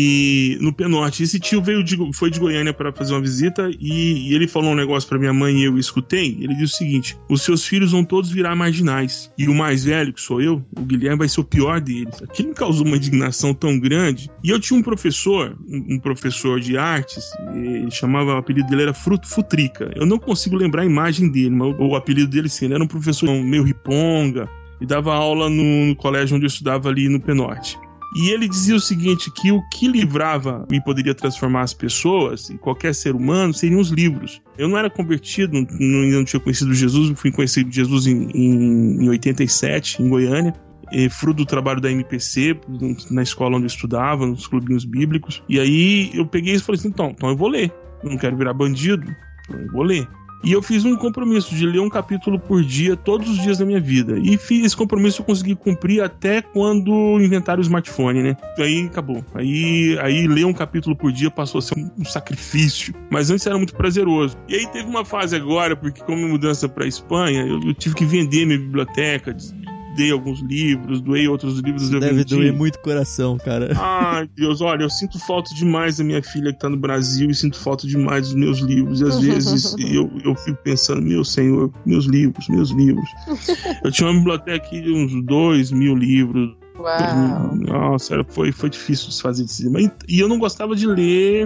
E no Penorte, esse tio veio de, foi de Goiânia para fazer uma visita e, e ele falou um negócio para minha mãe e eu escutei. Ele disse o seguinte: os seus filhos vão todos virar marginais e o mais velho, que sou eu, o Guilherme, vai ser o pior deles. Aquilo me causou uma indignação tão grande. E eu tinha um professor, um, um professor de artes, ele chamava, o apelido dele era Fruto Futrica. Eu não consigo lembrar a imagem dele, mas o, o apelido dele sim, ele era um professor meio riponga e dava aula no, no colégio onde eu estudava ali no Penorte. E ele dizia o seguinte, que o que livrava e poderia transformar as pessoas, e qualquer ser humano, seriam os livros. Eu não era convertido, não, ainda não tinha conhecido Jesus, fui conhecer Jesus em, em, em oitenta e sete, em Goiânia, e fruto do trabalho da M P C, na escola onde eu estudava, nos clubinhos bíblicos. E aí eu peguei e falei assim, então, então eu vou ler. Eu não quero virar bandido, então eu vou ler. E eu fiz um compromisso de ler um capítulo por dia, todos os dias da minha vida. E fiz esse compromisso, eu consegui cumprir até quando inventaram o smartphone, né? Aí acabou. Aí, aí ler um capítulo por dia passou a ser um, um sacrifício. Mas antes era muito prazeroso. E aí teve uma fase agora, porque como mudança pra Espanha, eu, eu tive que vender minha biblioteca, dei alguns livros, doei outros livros. Isso deve vendi. Doer muito coração, cara. Ai, Deus, olha, eu sinto falta demais da minha filha que tá no Brasil e sinto falta demais dos meus livros. E às vezes eu, eu fico pensando, meu Senhor, meus livros, meus livros. Eu tinha uma biblioteca aqui de uns dois mil livros. Uau. Nossa, foi, foi difícil desfazer desse livro. E eu não gostava de ler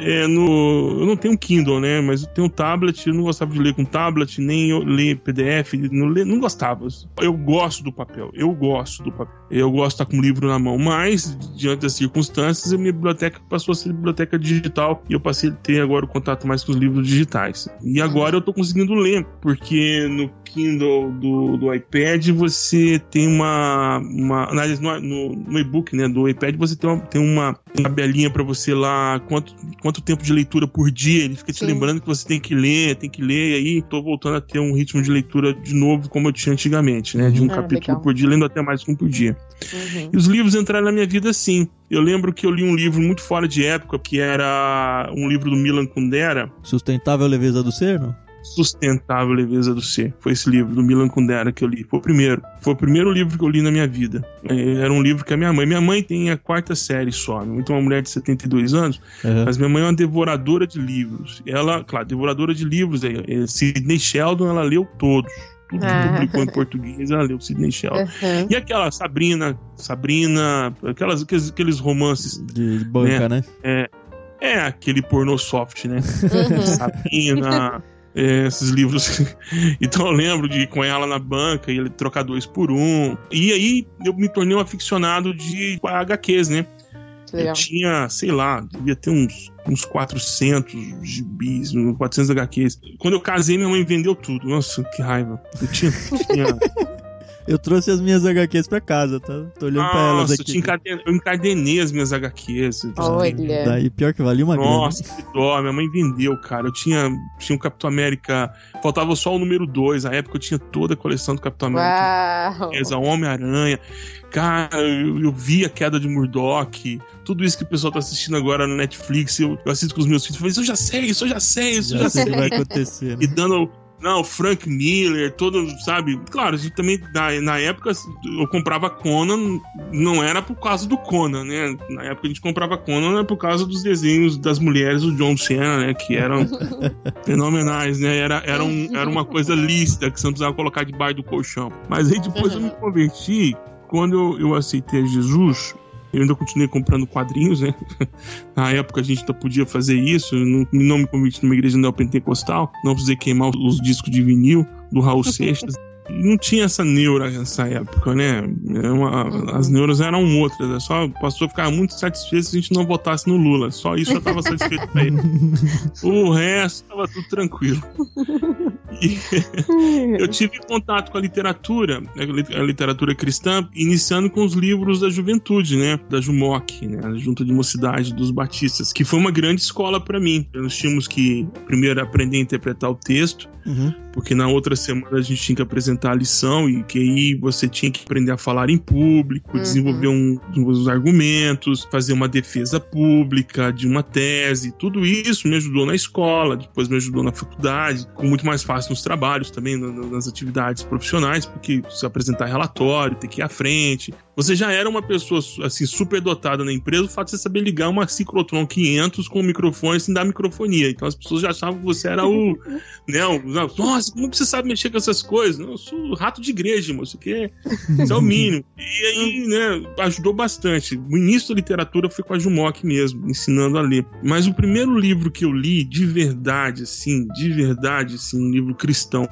é, no, eu não tenho um Kindle, né? Mas eu tenho um tablet, eu não gostava de ler com tablet, nem eu ler P D F, não, ler, não gostava. Eu gosto do papel, eu gosto do papel. Eu gosto de estar com um livro na mão, mas, diante das circunstâncias, a minha biblioteca passou a ser biblioteca digital e eu passei a ter agora o contato mais com os livros digitais. E agora eu tô conseguindo ler, porque no Kindle do, do iPad você tem uma... uma no, no, no e-book, né, do iPad você tem uma, tem uma tabelinha pra você lá, quanto, quanto tempo de leitura por dia, ele fica te Sim. lembrando que você tem que ler, tem que ler, e aí tô voltando a ter um ritmo de leitura de novo, como eu tinha antigamente, né, de um ah, capítulo legal. por dia, lendo até mais que um por dia. Uhum. E os livros entraram na minha vida assim. Eu lembro que eu li um livro muito fora de época, que era um livro do Milan Kundera. Sustentável Leveza do Ser, não? Sustentável Leveza do Ser. Foi esse livro do Milan Kundera que eu li. Foi o primeiro. Foi o primeiro livro que eu li na minha vida. Era um livro que a minha mãe... Minha mãe tem a quarta série só. Minha mãe tem uma mulher de setenta e dois anos, uhum. mas minha mãe é uma devoradora de livros. Ela, claro, devoradora de livros. É, é, Sidney Sheldon, ela leu todos. Tudo ah. que publicou em português, ela leu Sidney Sheldon. Uhum. E aquela Sabrina, Sabrina, aquelas, aqueles, aqueles romances... De banca, né? né? É, é aquele pornô soft, né? Uhum. Sabrina... É, esses livros. Então eu lembro de ir com ela na banca e ele trocar dois por um. E aí eu me tornei um aficionado de H Qs, né? Legal. Eu tinha, sei lá, devia ter uns, uns quatrocentos gibis, quatrocentos H Qs. Quando eu casei, minha mãe vendeu tudo. Nossa, que raiva. Eu tinha... tinha... Eu trouxe as minhas H Qs pra casa, tá? Tô olhando Nossa, pra elas aqui. Eu, encaden... eu encadenei as minhas H Qs. Olha. Daí pior que valia uma grana. Nossa, que dó. Minha mãe vendeu, cara. Eu tinha, tinha um Capitão América... Faltava só o número dois. Na época eu tinha toda a coleção do Capitão América. Uau. Homem-Aranha. Cara, eu, eu vi a queda de Murdoch. Tudo isso que o pessoal tá assistindo agora no Netflix. Eu, eu assisto com os meus filhos. Eu falei, isso eu já sei, isso eu já sei, isso já eu já sei. sei. Vai acontecer, né? E dando... Não, Frank Miller, todo, sabe? Claro, a gente também, na, na época, eu comprava Conan, não era por causa do Conan, né? Na época a gente comprava Conan, era por causa dos desenhos das mulheres do John Cena, né? Que eram fenomenais, né? Era, era, um, era uma coisa lícita, que você não precisava colocar debaixo do colchão. Mas aí depois eu me converti, quando eu, eu aceitei Jesus... Eu ainda continuei comprando quadrinhos, né? Na época a gente ainda podia fazer isso. Eu não, não me converti numa igreja neopentecostal. Não precisei queimar os discos de vinil do Raul Seixas. Não tinha essa neura nessa época, né? Uma, as neuras eram outras. É só, o pastor ficava muito satisfeito se a gente não votasse no Lula. Só isso já estava satisfeito pra ele. O resto estava tudo tranquilo. E eu tive contato com a literatura, a literatura cristã, iniciando com os livros da juventude, né? Da Jumoc, né? A Junta de Mocidade dos Batistas, que foi uma grande escola para mim. Nós tínhamos que, primeiro, aprender a interpretar o texto, uhum. porque na outra semana a gente tinha que apresentar a lição e que aí você tinha que aprender a falar em público, uhum. desenvolver um, uns argumentos, fazer uma defesa pública de uma tese. Tudo isso me ajudou na escola, depois me ajudou na faculdade, com muito mais fácil nos trabalhos também, nas atividades profissionais, porque se apresentar relatório, ter que ir à frente. Você já era uma pessoa assim, super dotada na empresa, o fato de você saber ligar uma Ciclotron quinhentos com o microfone sem dar microfonia. Então as pessoas já achavam que você era o... né, o nossa, como que você sabe mexer com essas coisas? Não, eu sou rato de igreja, moço, que é, isso é o mínimo. E aí, né, ajudou bastante. O início da literatura foi com a Jumoc mesmo, ensinando a ler. Mas o primeiro livro que eu li, de verdade, assim, de verdade, assim, um livro cristão,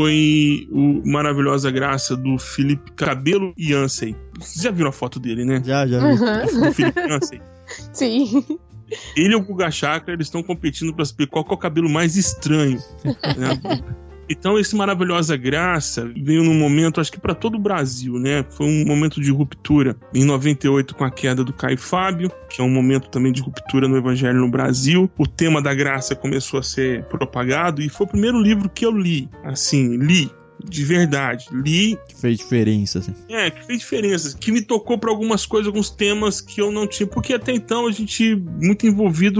foi o Maravilhosa Graça do Philip Cabelo Yancey. Vocês já viram a foto dele, né? Já, já vi. Uhum. Do Philip Yancey. Sim. Ele e o Guga Chakra, eles estão competindo para saber qual que é o cabelo mais estranho, né? Então esse Maravilhosa Graça veio num momento, acho que para todo o Brasil, né? Foi um momento de ruptura em noventa e oito com a queda do Caio Fábio, que é um momento também de ruptura no Evangelho no Brasil. O tema da graça começou a ser propagado e foi o primeiro livro que eu li, assim, li de verdade, li... Que fez diferença, assim. É, que fez diferença, que me tocou para algumas coisas, alguns temas que eu não tinha, porque até então a gente muito envolvido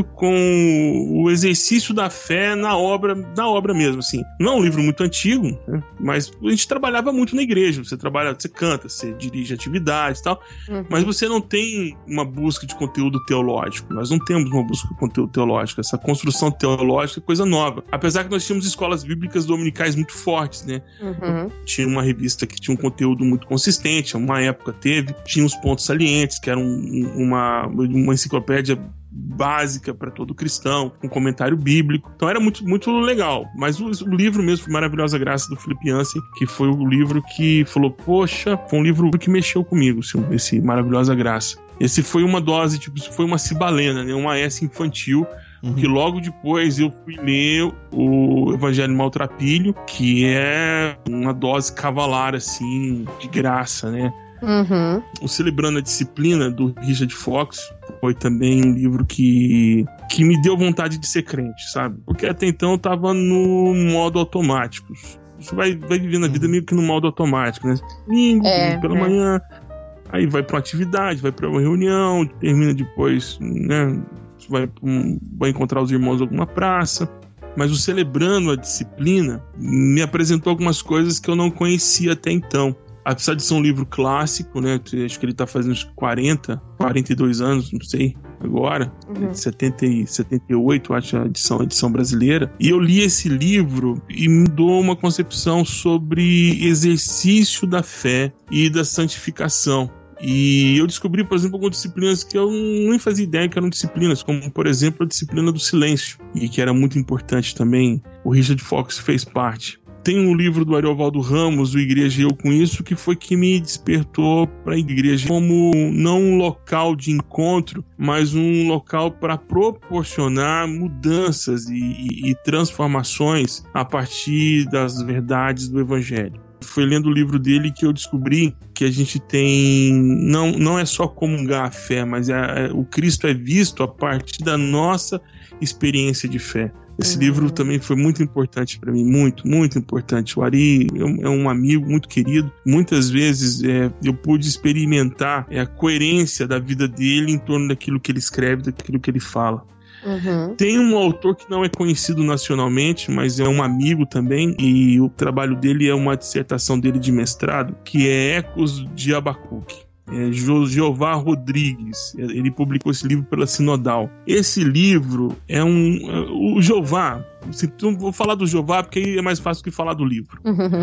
com o exercício da fé na obra, na obra mesmo, assim. Não é um livro muito antigo, né? Mas a gente trabalhava muito na igreja, você trabalha, você canta, você dirige atividades e tal, uhum. mas você não tem uma busca de conteúdo teológico, nós não temos uma busca de conteúdo teológico, essa construção teológica é coisa nova, apesar que nós tínhamos escolas bíblicas dominicais muito fortes, né? Uhum. Uhum. Tinha uma revista que tinha um conteúdo muito consistente, uma época teve, tinha os pontos salientes, que era um, uma, uma enciclopédia básica para todo cristão, um comentário bíblico. Então era muito, muito legal. Mas o, o livro mesmo foi Maravilhosa Graça, do Philip Yancey, que foi o livro que falou, poxa, foi um livro que mexeu comigo, esse Maravilhosa Graça. Esse foi uma dose, tipo, foi uma cibalena, né? Uma essa infantil. Uhum. Que logo depois eu fui ler o Evangelho Maltrapilho, que é uma dose cavalar, assim, de graça, né? Uhum. O Celebrando a Disciplina, do Richard Fox, foi também um livro que, que me deu vontade de ser crente, sabe? Porque até então eu tava no modo automático. Você vai, vai vivendo a vida meio que no modo automático, né? Domingo, é, pela é. manhã, aí vai pra uma atividade, vai pra uma reunião, termina depois, né? Vai, um, vai encontrar os irmãos em alguma praça. Mas o Celebrando a Disciplina me apresentou algumas coisas que eu não conhecia até então. Apesar de ser um livro clássico, né? Acho que ele tá fazendo uns quarenta, quarenta e dois anos, não sei, agora. Uhum. setenta e setenta e oito, acho, a edição, a edição brasileira. E eu li esse livro e me mudou uma concepção sobre exercício da fé e da santificação. E eu descobri, por exemplo, algumas disciplinas que eu nem fazia ideia que eram disciplinas, como, por exemplo, a disciplina do silêncio, e que era muito importante também. O Richard Fox fez parte. Tem um livro do Ariovaldo Ramos, do Igreja e Eu Com Isso, que foi que me despertou para a igreja como não um local de encontro, mas um local para proporcionar mudanças e, e, e transformações a partir das verdades do Evangelho. Foi lendo o livro dele que eu descobri que a gente tem... Não, não é só comungar a fé, mas é, é, o Cristo é visto a partir da nossa experiência de fé. Esse uhum. livro também foi muito importante para mim, muito, muito importante. O Ari é um amigo muito querido. Muitas vezes é, eu pude experimentar é, a coerência da vida dele em torno daquilo que ele escreve, daquilo que ele fala. Uhum. Tem um autor que não é conhecido nacionalmente, mas é um amigo também, e o trabalho dele é uma dissertação dele de mestrado, que é Ecos de Abacuque. É Jeová Rodrigues. Ele publicou esse livro pela Sinodal. Esse livro é um... O Jeová... Não vou falar do Jeová porque aí é mais fácil que falar do livro.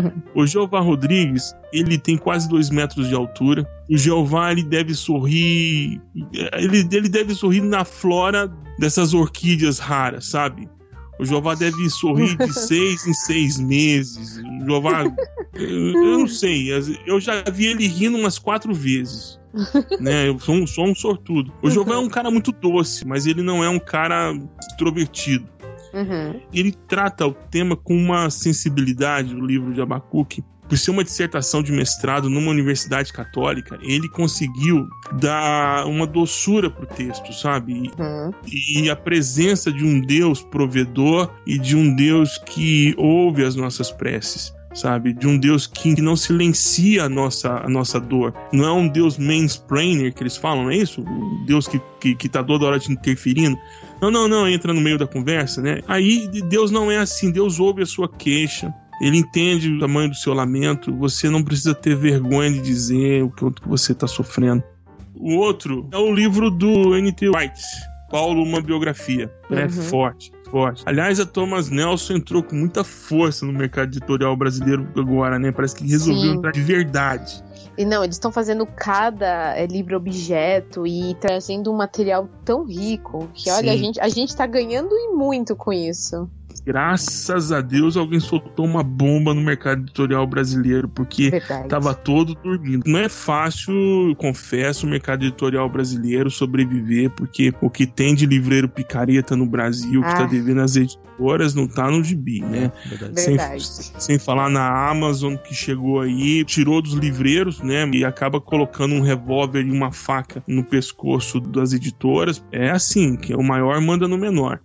O Jeová Rodrigues, ele tem quase dois metros de altura. O Jeová, ele deve sorrir... Ele, ele deve sorrir na flora dessas orquídeas raras, sabe? O Jeová deve sorrir de seis em seis meses. O Jeová... Eu, eu não sei. Eu já vi ele rindo umas quatro vezes. Né? Eu sou um, sou um sortudo. O Jeová é um cara muito doce, mas ele não é um cara extrovertido. Uhum. Ele trata o tema com uma sensibilidade, o livro de Abacuque. Por ser uma dissertação de mestrado numa universidade católica, ele conseguiu dar uma doçura pro texto, sabe? Uhum. E a presença de um Deus provedor e de um Deus que ouve as nossas preces, sabe? De um Deus que não silencia a nossa, a nossa dor. Não é um Deus mansplainer que eles falam, não é isso? Um Deus que, que, que tá toda hora te interferindo. Não, não, não, entra no meio da conversa, né? Aí Deus não é assim, Deus ouve a sua queixa. Ele entende o tamanho do seu lamento. Você não precisa ter vergonha de dizer o que você está sofrendo. O outro é o livro do N T Wright, Paulo, uma biografia. É uhum. forte, forte. Aliás, a Thomas Nelson entrou com muita força no mercado editorial brasileiro agora, né? Parece que resolveu Sim. entrar de verdade. E não, eles estão fazendo cada é, livro objeto e trazendo um material tão rico que, olha, a gente, a gente tá ganhando e muito com isso. Graças a Deus alguém soltou uma bomba no mercado editorial brasileiro, porque Verdade. Tava todo dormindo. Não é fácil, eu confesso, o mercado editorial brasileiro sobreviver, porque o que tem de livreiro picareta no Brasil, que ah. tá devendo as editoras, não tá no gibi, né? Verdade. Sem, sem falar na Amazon, que chegou aí, tirou dos livreiros, né? E acaba colocando um revólver e uma faca no pescoço das editoras. É assim, que o maior manda no menor.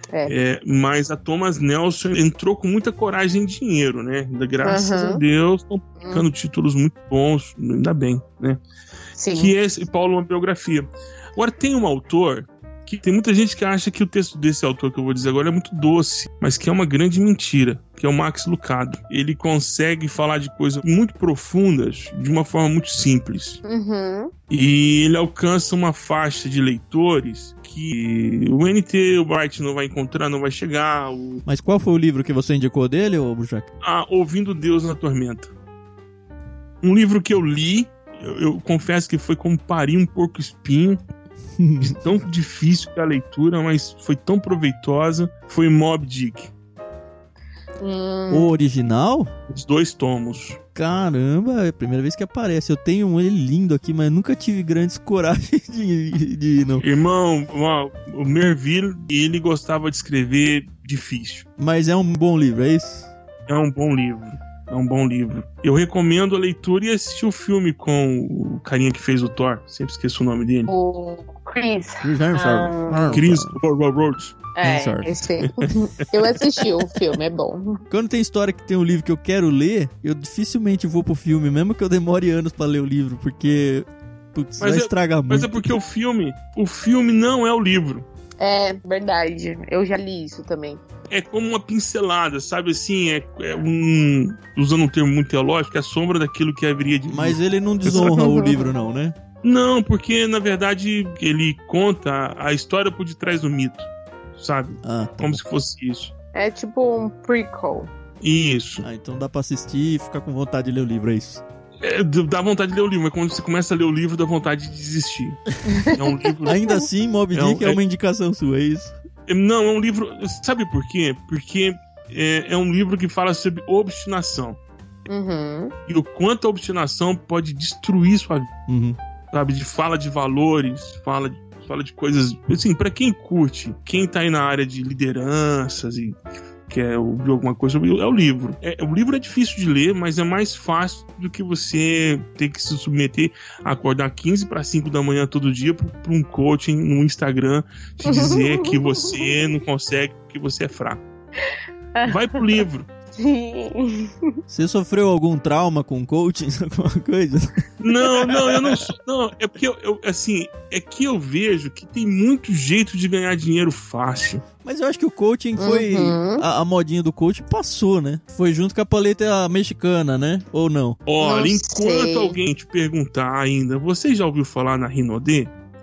É. É, mas a Thomas Nelson entrou com muita coragem e dinheiro, né? Graças uhum. a Deus, estão publicando uhum. títulos muito bons, ainda bem, né? Sim. Que é esse Paulo, uma biografia. Agora, tem um autor que tem muita gente que acha que o texto desse autor que eu vou dizer agora é muito doce, mas que é uma grande mentira, que é o Max Lucado. Ele consegue falar de coisas muito profundas de uma forma muito simples. Uhum. E ele alcança uma faixa de leitores que o N T Wright não vai encontrar, não vai chegar. O... Mas qual foi o livro que você indicou dele, ô Burjac? Ah, Ouvindo Deus na Tormenta. Um livro que eu li, eu, eu confesso que foi como parir um porco-espinho. De tão difícil que é a leitura, mas foi tão proveitosa. Foi Moby Dick. Hum. O original? Os dois tomos. Caramba, é a primeira vez que aparece. Eu tenho ele lindo aqui, mas nunca tive grandes coragem de, de ir, não. Irmão, ó, o Merville, ele gostava de escrever difícil. Mas é um bom livro, é isso? É um bom livro. É um bom livro. Eu recomendo a leitura e assistir o filme com o carinha que fez o Thor. Sempre esqueço o nome dele. O Chris. Chris Hemsworth. Ah, Chris Roach. É, Sorry. esse. Eu assisti o filme, é bom. Quando tem história que tem um livro que eu quero ler, eu dificilmente vou pro filme, mesmo que eu demore anos pra ler o livro, porque putz, vai é, estragar muito. Mas é porque o filme, o filme não é o livro. É, verdade. Eu já li isso também. É como uma pincelada, sabe assim? É, é um... Usando um termo muito teológico, é a sombra daquilo que haveria de... Mas ele não desonra o livro, não, né? Não, porque, na verdade, ele conta a história por detrás do mito, sabe? Ah, tá como bom. se fosse isso. É tipo um prequel. Isso. Ah, então dá pra assistir e ficar com vontade de ler o livro, é isso? É, dá vontade de ler o livro, mas quando você começa a ler o livro, dá vontade de desistir. É um livro... Ainda assim, Moby Dick é, um, é uma indicação sua, é isso? Não, é um livro... Sabe por quê? Porque é, é um livro que fala sobre obstinação. Uhum. E o quanto a obstinação pode destruir sua vida. Uhum. Sabe? De fala de valores, fala de, fala de coisas... Assim, pra quem curte, quem tá aí na área de lideranças e quer ouvir alguma coisa sobre... É o livro. É, o livro é difícil de ler, mas é mais fácil do que você ter que se submeter a acordar quinze para cinco da manhã todo dia pra, pra um coaching no Instagram te dizer que você não consegue, que você é fraco. Vai pro livro. Sim. Você sofreu algum trauma com coaching, alguma coisa? Não, não, eu não sou. Não, é porque eu, eu, assim, é que eu vejo que tem muito jeito de ganhar dinheiro fácil. Mas eu acho que o coaching foi... Uhum. A, a modinha do coaching passou, né? Foi junto com a paleta mexicana, né? Ou não? Olha, Não enquanto sei. alguém te perguntar ainda, você já ouviu falar na Rinodê?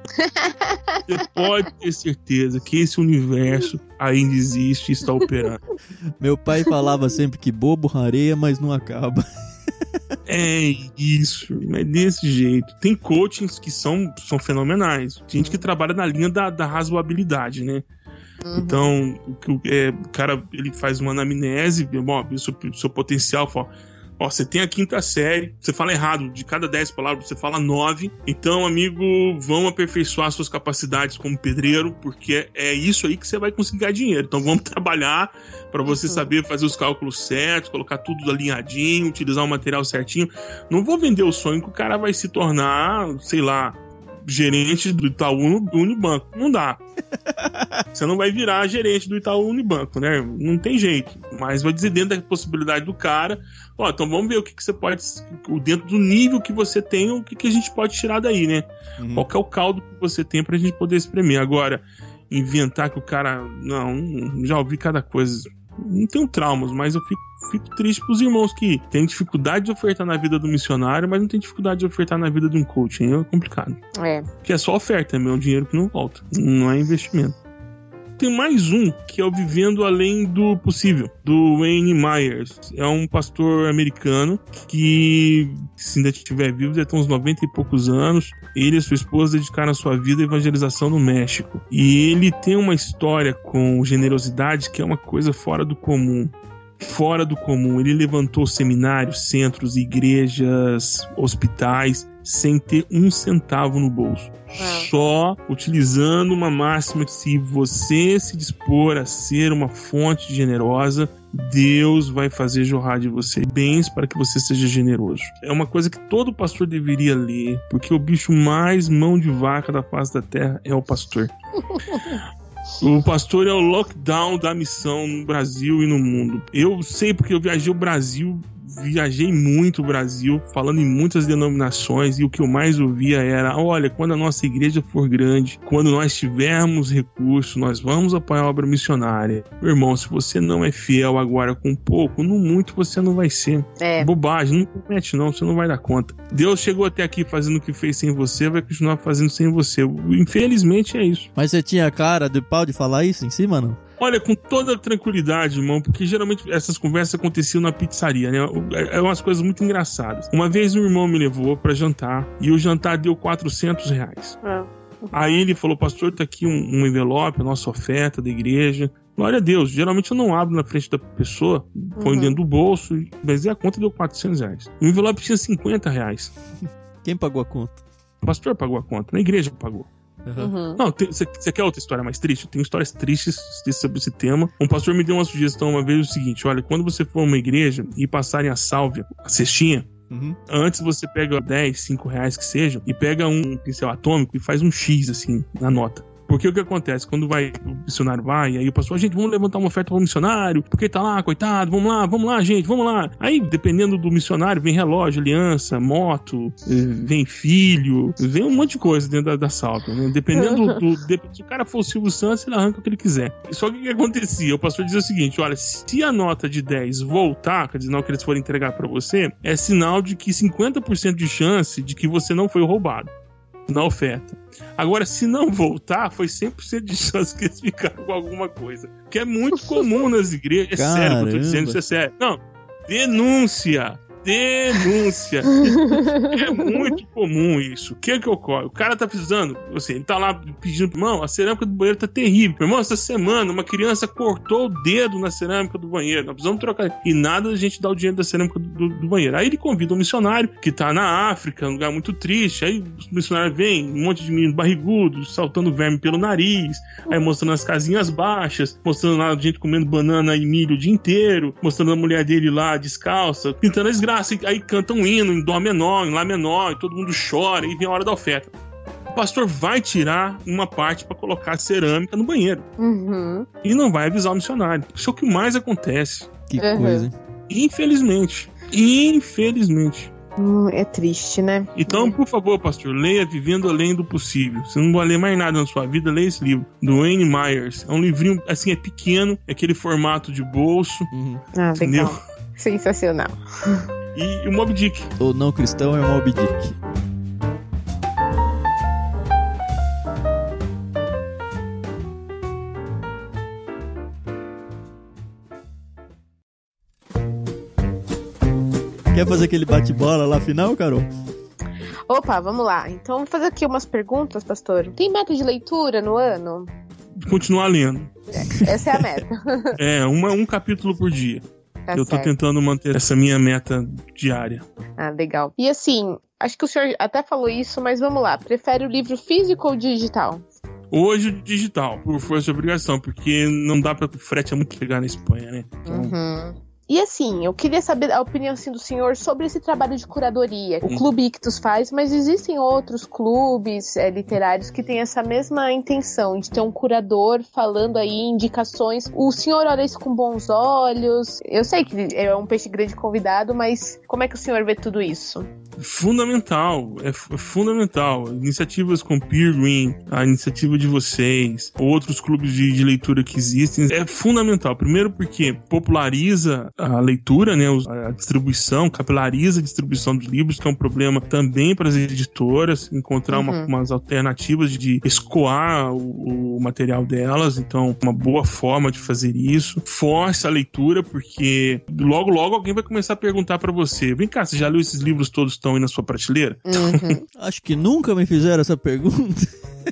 Você pode ter certeza que esse universo ainda existe e está operando. Meu pai falava sempre que bobo rareia, mas não acaba. É isso, é desse jeito. Tem coachings que são, são fenomenais. Tem gente que trabalha na linha da, da razoabilidade, né? Uhum. Então, o, que o, é, o cara ele faz uma anamnese, bom, o seu, seu potencial, fala, ó, você tem a quinta série, você fala errado, de cada dez palavras você fala nove, então, amigo, vão aperfeiçoar suas capacidades como pedreiro, porque é, é isso aí que você vai conseguir ganhar dinheiro. Então vamos trabalhar para você Uhum. saber fazer os cálculos certos, colocar tudo alinhadinho, utilizar o material certinho. Não vou vender o sonho que o cara vai se tornar, sei lá, gerente do Itaú Unibanco. Não dá. Você não vai virar gerente do Itaú Unibanco, né? Não tem jeito. Mas vai dizer dentro da possibilidade do cara, ó, então vamos ver o que, que você pode, dentro do nível que você tem, o que, que a gente pode tirar daí, né? Uhum. Qual que é o caldo que você tem pra gente poder espremer. Agora, inventar que o cara... Não, já ouvi cada coisa. Não tenho traumas, mas eu fico, fico triste pros irmãos que têm dificuldade de ofertar na vida do missionário, mas não tem dificuldade de ofertar na vida de um coaching. É complicado. É. Que é só oferta, é um dinheiro que não volta. Não é investimento. Tem mais um, que é o Vivendo Além do Possível, do Wayne Myers. É um pastor americano que, se ainda estiver vivo, deve ter uns noventa e poucos anos. Ele e sua esposa dedicaram a sua vida à evangelização no México. E ele tem uma história com generosidade que é uma coisa fora do comum. Fora do comum. Ele levantou seminários, centros, igrejas, hospitais, sem ter um centavo no bolso. Ah. Só utilizando uma máxima que se você se dispor a ser uma fonte generosa, Deus vai fazer jorrar de você bens para que você seja generoso. É uma coisa que todo pastor deveria ler, porque o bicho mais mão de vaca da face da terra é o pastor. O pastor é o lockdown da missão no Brasil e no mundo. Eu sei porque eu viajei o Brasil viajei muito o Brasil, falando em muitas denominações, e o que eu mais ouvia era, olha, quando a nossa igreja for grande, quando nós tivermos recursos, nós vamos apoiar a obra missionária. Meu irmão, se você não é fiel agora com pouco, no muito você não vai ser. É. Bobagem, não promete não, você não vai dar conta. Deus chegou até aqui fazendo o que fez sem você, vai continuar fazendo sem você. Infelizmente é isso. Mas você tinha cara de pau de falar isso em cima, não? Olha, com toda tranquilidade, irmão, porque geralmente essas conversas aconteciam na pizzaria, né? É umas coisas muito engraçadas. Uma vez um irmão me levou pra jantar e o jantar deu quatrocentos reais. É. Aí ele falou, pastor, tá aqui um, um envelope, a nossa oferta da igreja. Glória a Deus, geralmente eu não abro na frente da pessoa, põe uhum. dentro do bolso, mas a conta deu quatrocentos reais. O envelope tinha cinquenta reais. Quem pagou a conta? O pastor pagou a conta, na igreja pagou. Uhum. Não, você quer outra história mais triste? Eu tenho histórias tristes sobre esse tema. Um pastor me deu uma sugestão uma vez, o seguinte, olha, quando você for a uma igreja e passarem a sálvia, a cestinha, uhum. antes você pega dez, cinco reais que sejam, e pega um pincel atômico e faz um X assim na nota. Porque o que acontece? Quando vai, o missionário vai, e aí o pastor, gente, vamos levantar uma oferta para o missionário, porque tá lá, coitado, vamos lá, vamos lá, gente, vamos lá. Aí, dependendo do missionário, vem relógio, aliança, moto, vem filho, vem um monte de coisa dentro da, da salva, né? Dependendo do, do... Se o cara for o Silvio Santos, ele arranca o que ele quiser. Só que o que acontecia? O pastor dizia o seguinte, olha, se a nota de dez voltar, quer dizer, não que eles forem entregar para você, é sinal de que cinquenta por cento de chance de que você não foi roubado na oferta. Agora, se não voltar, foi cem por cento de chance que eles ficaram com alguma coisa. Que é muito comum nas igrejas. É Caramba. Sério que eu tô dizendo, isso é sério. Não, denúncia. Denúncia. É muito comum isso. O que é que ocorre? O cara tá precisando, assim, ele tá lá pedindo, irmão, a cerâmica do banheiro tá terrível. Meu irmão, essa semana uma criança cortou o dedo na cerâmica do banheiro. Nós precisamos trocar. E nada a gente dá o dinheiro da cerâmica do, do, do banheiro. Aí ele convida um missionário que tá na África, um lugar muito triste. Aí o missionário vem, um monte de meninos barrigudos, saltando verme pelo nariz, aí mostrando as casinhas baixas, mostrando lá a gente comendo banana e milho o dia inteiro, mostrando a mulher dele lá descalça, pintando a desgraça. Aí canta um hino em dó menor, em lá menor, e todo mundo chora, e vem a hora da oferta. O pastor vai tirar uma parte para colocar a cerâmica no banheiro. Uhum. E não vai avisar o missionário. Isso é o que mais acontece. Que uhum. coisa, hein? Infelizmente. Infelizmente. Hum, é triste, né? Então, por favor, pastor, leia Vivendo Além do Possível. Você não vai ler mais nada na sua vida, leia esse livro, do Wayne Myers. É um livrinho, assim, é pequeno, é aquele formato de bolso. Uhum. Ah, entendeu? Legal. Sensacional. E o Moby Dick. O não cristão é o Moby Dick. Quer fazer aquele bate-bola lá final, Carol? Opa, vamos lá. Então, vamos fazer aqui umas perguntas, pastor. Tem meta de leitura no ano? Continuar lendo. É, essa é a meta. É, uma, um capítulo por dia. Tá eu tô certo. tentando manter essa minha meta diária. Ah, legal. E assim, acho que o senhor até falou isso, mas vamos lá. Prefere o livro físico ou digital? Hoje o digital, por força de obrigação, porque não dá pra... O frete é muito chegar na Espanha, né? Então... Uhum. E assim, eu queria saber a opinião assim, do senhor sobre esse trabalho de curadoria. O Clube Ictus faz, mas existem outros clubes é, literários que têm essa mesma intenção, de ter um curador falando aí indicações. O senhor olha isso com bons olhos? Eu sei que é um peixe grande convidado, mas como é que o senhor vê tudo isso? Fundamental, é fundamental. Iniciativas com Peer Green, a iniciativa de vocês, outros clubes de, de leitura que existem, é fundamental. Primeiro porque populariza a leitura, né, a distribuição, capilariza a distribuição dos livros, que é um problema também para as editoras, encontrar uhum. uma, umas alternativas de escoar o, o material delas. Então, uma boa forma de fazer isso. Força a leitura, porque logo, logo alguém vai começar a perguntar para você, vem cá, você já leu esses livros todos que estão aí na sua prateleira? Uhum. Acho que nunca me fizeram essa pergunta.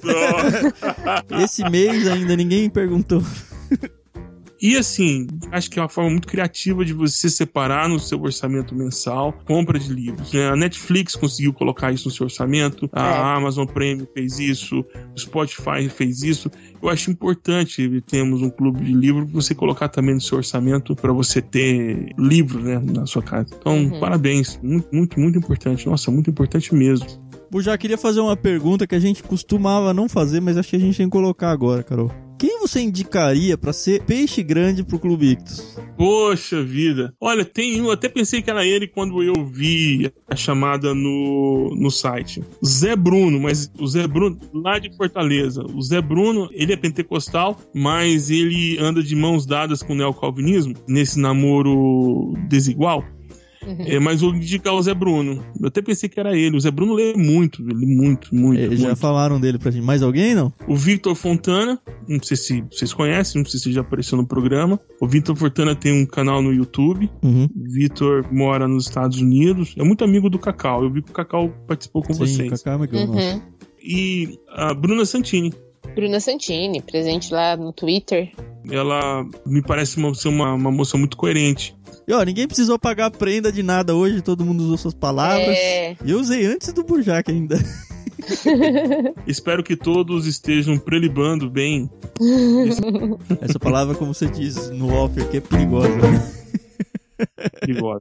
Esse mês ainda ninguém me perguntou. E assim, acho que é uma forma muito criativa de você separar no seu orçamento mensal compra de livros, né? A Netflix conseguiu colocar isso no seu orçamento, a é. Amazon Prime fez isso, o Spotify fez isso. Eu acho importante termos um clube de livro pra você colocar também no seu orçamento para você ter livro, né, na sua casa. Então, uhum. parabéns, muito, muito, muito importante. Nossa, muito importante mesmo. Eu já queria fazer uma pergunta que a gente costumava não fazer, mas acho que a gente tem que colocar agora, Carol. quem você indicaria pra ser peixe grande pro Clube Ictus? Poxa vida. Olha, tem um, eu até pensei que era ele quando eu vi a chamada no, no site. Zé Bruno, mas o Zé Bruno, lá de Fortaleza. O Zé Bruno, ele é pentecostal, mas ele anda de mãos dadas com o neocalvinismo, nesse namoro desigual. Uhum. É, mas vou indicar o Zé Bruno. Eu até pensei que era ele. O Zé Bruno lê muito, ele muito, muito. É, muito. Já falaram dele pra gente. Mais alguém, não? O Victor Fontana, não sei se vocês conhecem, não sei se já apareceu no programa. O Victor Fontana tem um canal no YouTube. Uhum. O Victor mora nos Estados Unidos. É muito amigo do Cacau. Eu vi que o Cacau participou com Sim, vocês. Sim, o Cacau é amigo uhum. nosso. E a Bruna Santini. Bruna Santini, presente lá no Twitter. Ela me parece uma, ser uma, uma moça muito coerente. E ó, ninguém precisou pagar prenda de nada hoje, todo mundo usou suas palavras. É... E eu usei antes do Burjac ainda. Espero que todos estejam prelibando bem. Essa palavra, como você diz no off aqui, é perigosa. Né? Perigosa.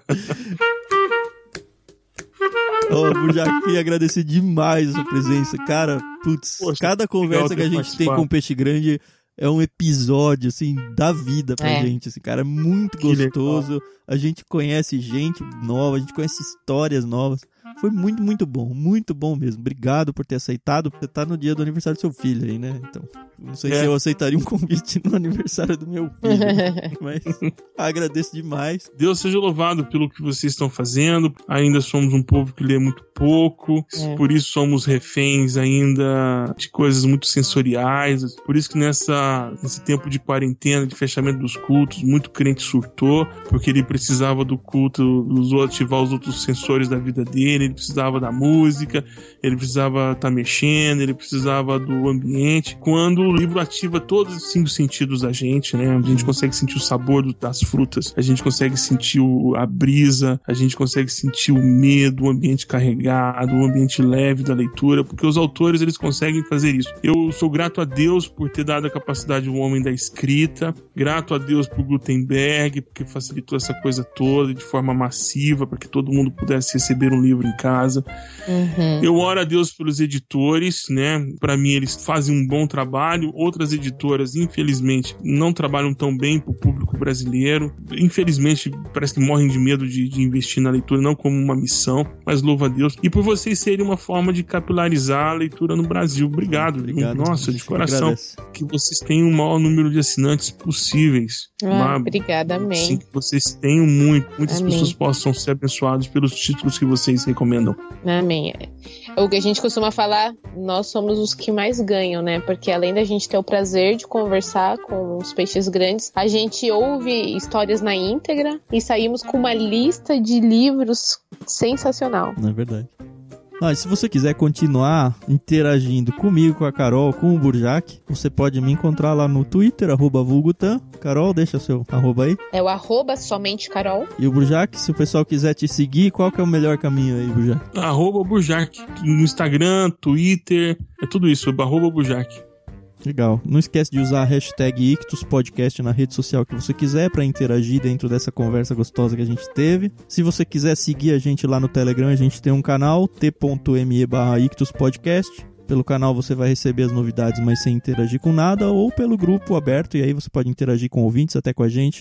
Ô, oh, Burjac, queria agradecer demais a sua presença. Cara, putz, Poxa, cada conversa que a gente tem com o Peixe Grande é um episódio, assim, da vida pra é. gente, assim, cara, é muito que gostoso. Legal. A gente conhece gente nova, a gente conhece histórias novas. Foi muito, muito bom, muito bom mesmo. Obrigado por ter aceitado. Você tá no dia do aniversário do seu filho aí, né? Então, não sei é. se eu aceitaria um convite no aniversário do meu filho, mas agradeço demais. Deus seja louvado pelo que vocês estão fazendo. Ainda somos um povo que lê muito pouco, é. por isso somos reféns ainda de coisas muito sensoriais. Por isso que nessa, nesse tempo de quarentena, de fechamento dos cultos, muito crente surtou, porque ele precisava do culto, usou ativar os outros sensores da vida dele. Ele precisava da música, ele precisava estar tá mexendo, ele precisava do ambiente. Quando o livro ativa todos os cinco sentidos da gente, né? A gente consegue sentir o sabor das frutas, a gente consegue sentir o, a brisa, a gente consegue sentir o medo, o ambiente carregado, o ambiente leve da leitura, porque os autores, eles conseguem fazer isso. Eu sou grato a Deus por ter dado a capacidade ao homem da escrita, grato a Deus por Gutenberg, porque facilitou essa coisa toda de forma massiva, para que todo mundo pudesse receber um livro em casa. Uhum. Eu oro a Deus pelos editores, né? Para mim eles fazem um bom trabalho. Outras editoras, infelizmente, não trabalham tão bem para o público brasileiro. Infelizmente, parece que morrem de medo de, de investir na leitura, não como uma missão, mas louva a Deus. E por vocês serem uma forma de capilarizar a leitura no Brasil. Obrigado. Obrigado. Nossa, de coração. Que vocês tenham o maior número de assinantes possíveis. Ah, uma, obrigada, amém. Assim, que vocês tenham muito, muitas amém. pessoas possam ser abençoadas pelos títulos que vocês recomendam. Amém. O que a gente costuma falar, nós somos os que mais ganham, né? Porque além da gente ter o prazer de conversar com os peixes grandes, a gente ouve histórias na íntegra e saímos com uma lista de livros sensacional. Não é verdade. Ah, e se você quiser continuar interagindo comigo, com a Carol, com o Burjac, você pode me encontrar lá no Twitter, arroba vulgutan. Carol, deixa seu arroba aí. É o arroba somente Carol. E o Burjac, se o pessoal quiser te seguir, qual que é o melhor caminho aí, Burjac? Arroba Burjac. No Instagram, Twitter, é tudo isso, arroba Burjac. Legal. Não esquece de usar a hashtag Ictus Podcast na rede social que você quiser para interagir dentro dessa conversa gostosa que a gente teve. Se você quiser seguir a gente lá no Telegram, a gente tem um canal, t.me barra Ictus Podcast. Pelo canal você vai receber as novidades, mas sem interagir com nada, ou pelo grupo aberto, e aí você pode interagir com ouvintes, até com a gente,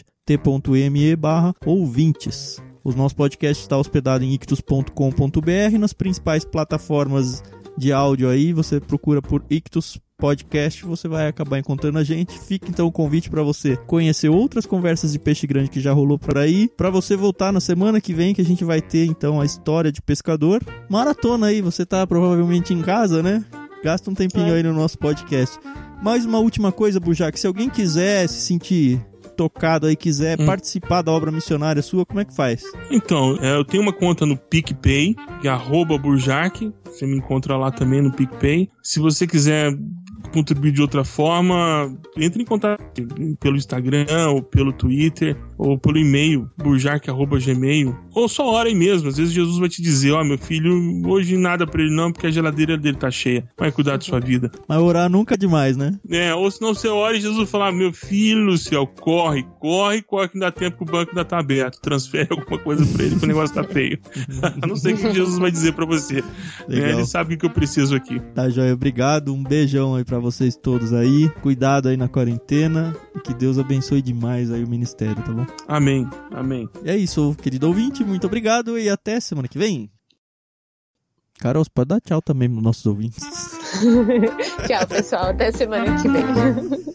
t.me barra ouvintes. O nosso podcast está hospedado em ictus ponto com ponto b r, nas principais plataformas de áudio aí, você procura por Ictus Podcast, você vai acabar encontrando a gente. Fica então o convite para você conhecer outras conversas de peixe grande que já rolou por aí, para você voltar na semana que vem, que a gente vai ter então a história de pescador. Maratona aí, você tá provavelmente em casa, né? Gasta um tempinho é. aí no nosso podcast. Mais uma última coisa, Burjac, se alguém quiser se sentir tocado aí, quiser hum. participar da obra missionária sua, como é que faz? Então, é, eu tenho uma conta no PicPay, que é arroba Burjac, você me encontra lá também no PicPay. Se você quiser contribuir de outra forma, entre em contato pelo Instagram, ou pelo Twitter, ou pelo e-mail, burjac arroba gmail, ou só ora aí mesmo. Às vezes Jesus vai te dizer, ó, oh, meu filho, hoje nada pra ele não, porque a geladeira dele tá cheia. Vai cuidar da sua vida. Mas orar nunca é demais, né? É, ou senão você ora e Jesus falar, meu filho do céu, corre, corre, corre que não dá tempo que o banco ainda tá aberto. Transfere alguma coisa pra ele que o negócio tá feio. Não sei o que Jesus vai dizer pra você. É, ele sabe o que eu preciso aqui. Tá, joia, obrigado, um beijão aí pra pra vocês todos aí. Cuidado aí na quarentena e que Deus abençoe demais aí o ministério, tá bom? Amém, amém. É isso, querido ouvinte, muito obrigado e até semana que vem. Carol, você pode dar tchau também pros nossos ouvintes. Tchau, pessoal, até semana que vem.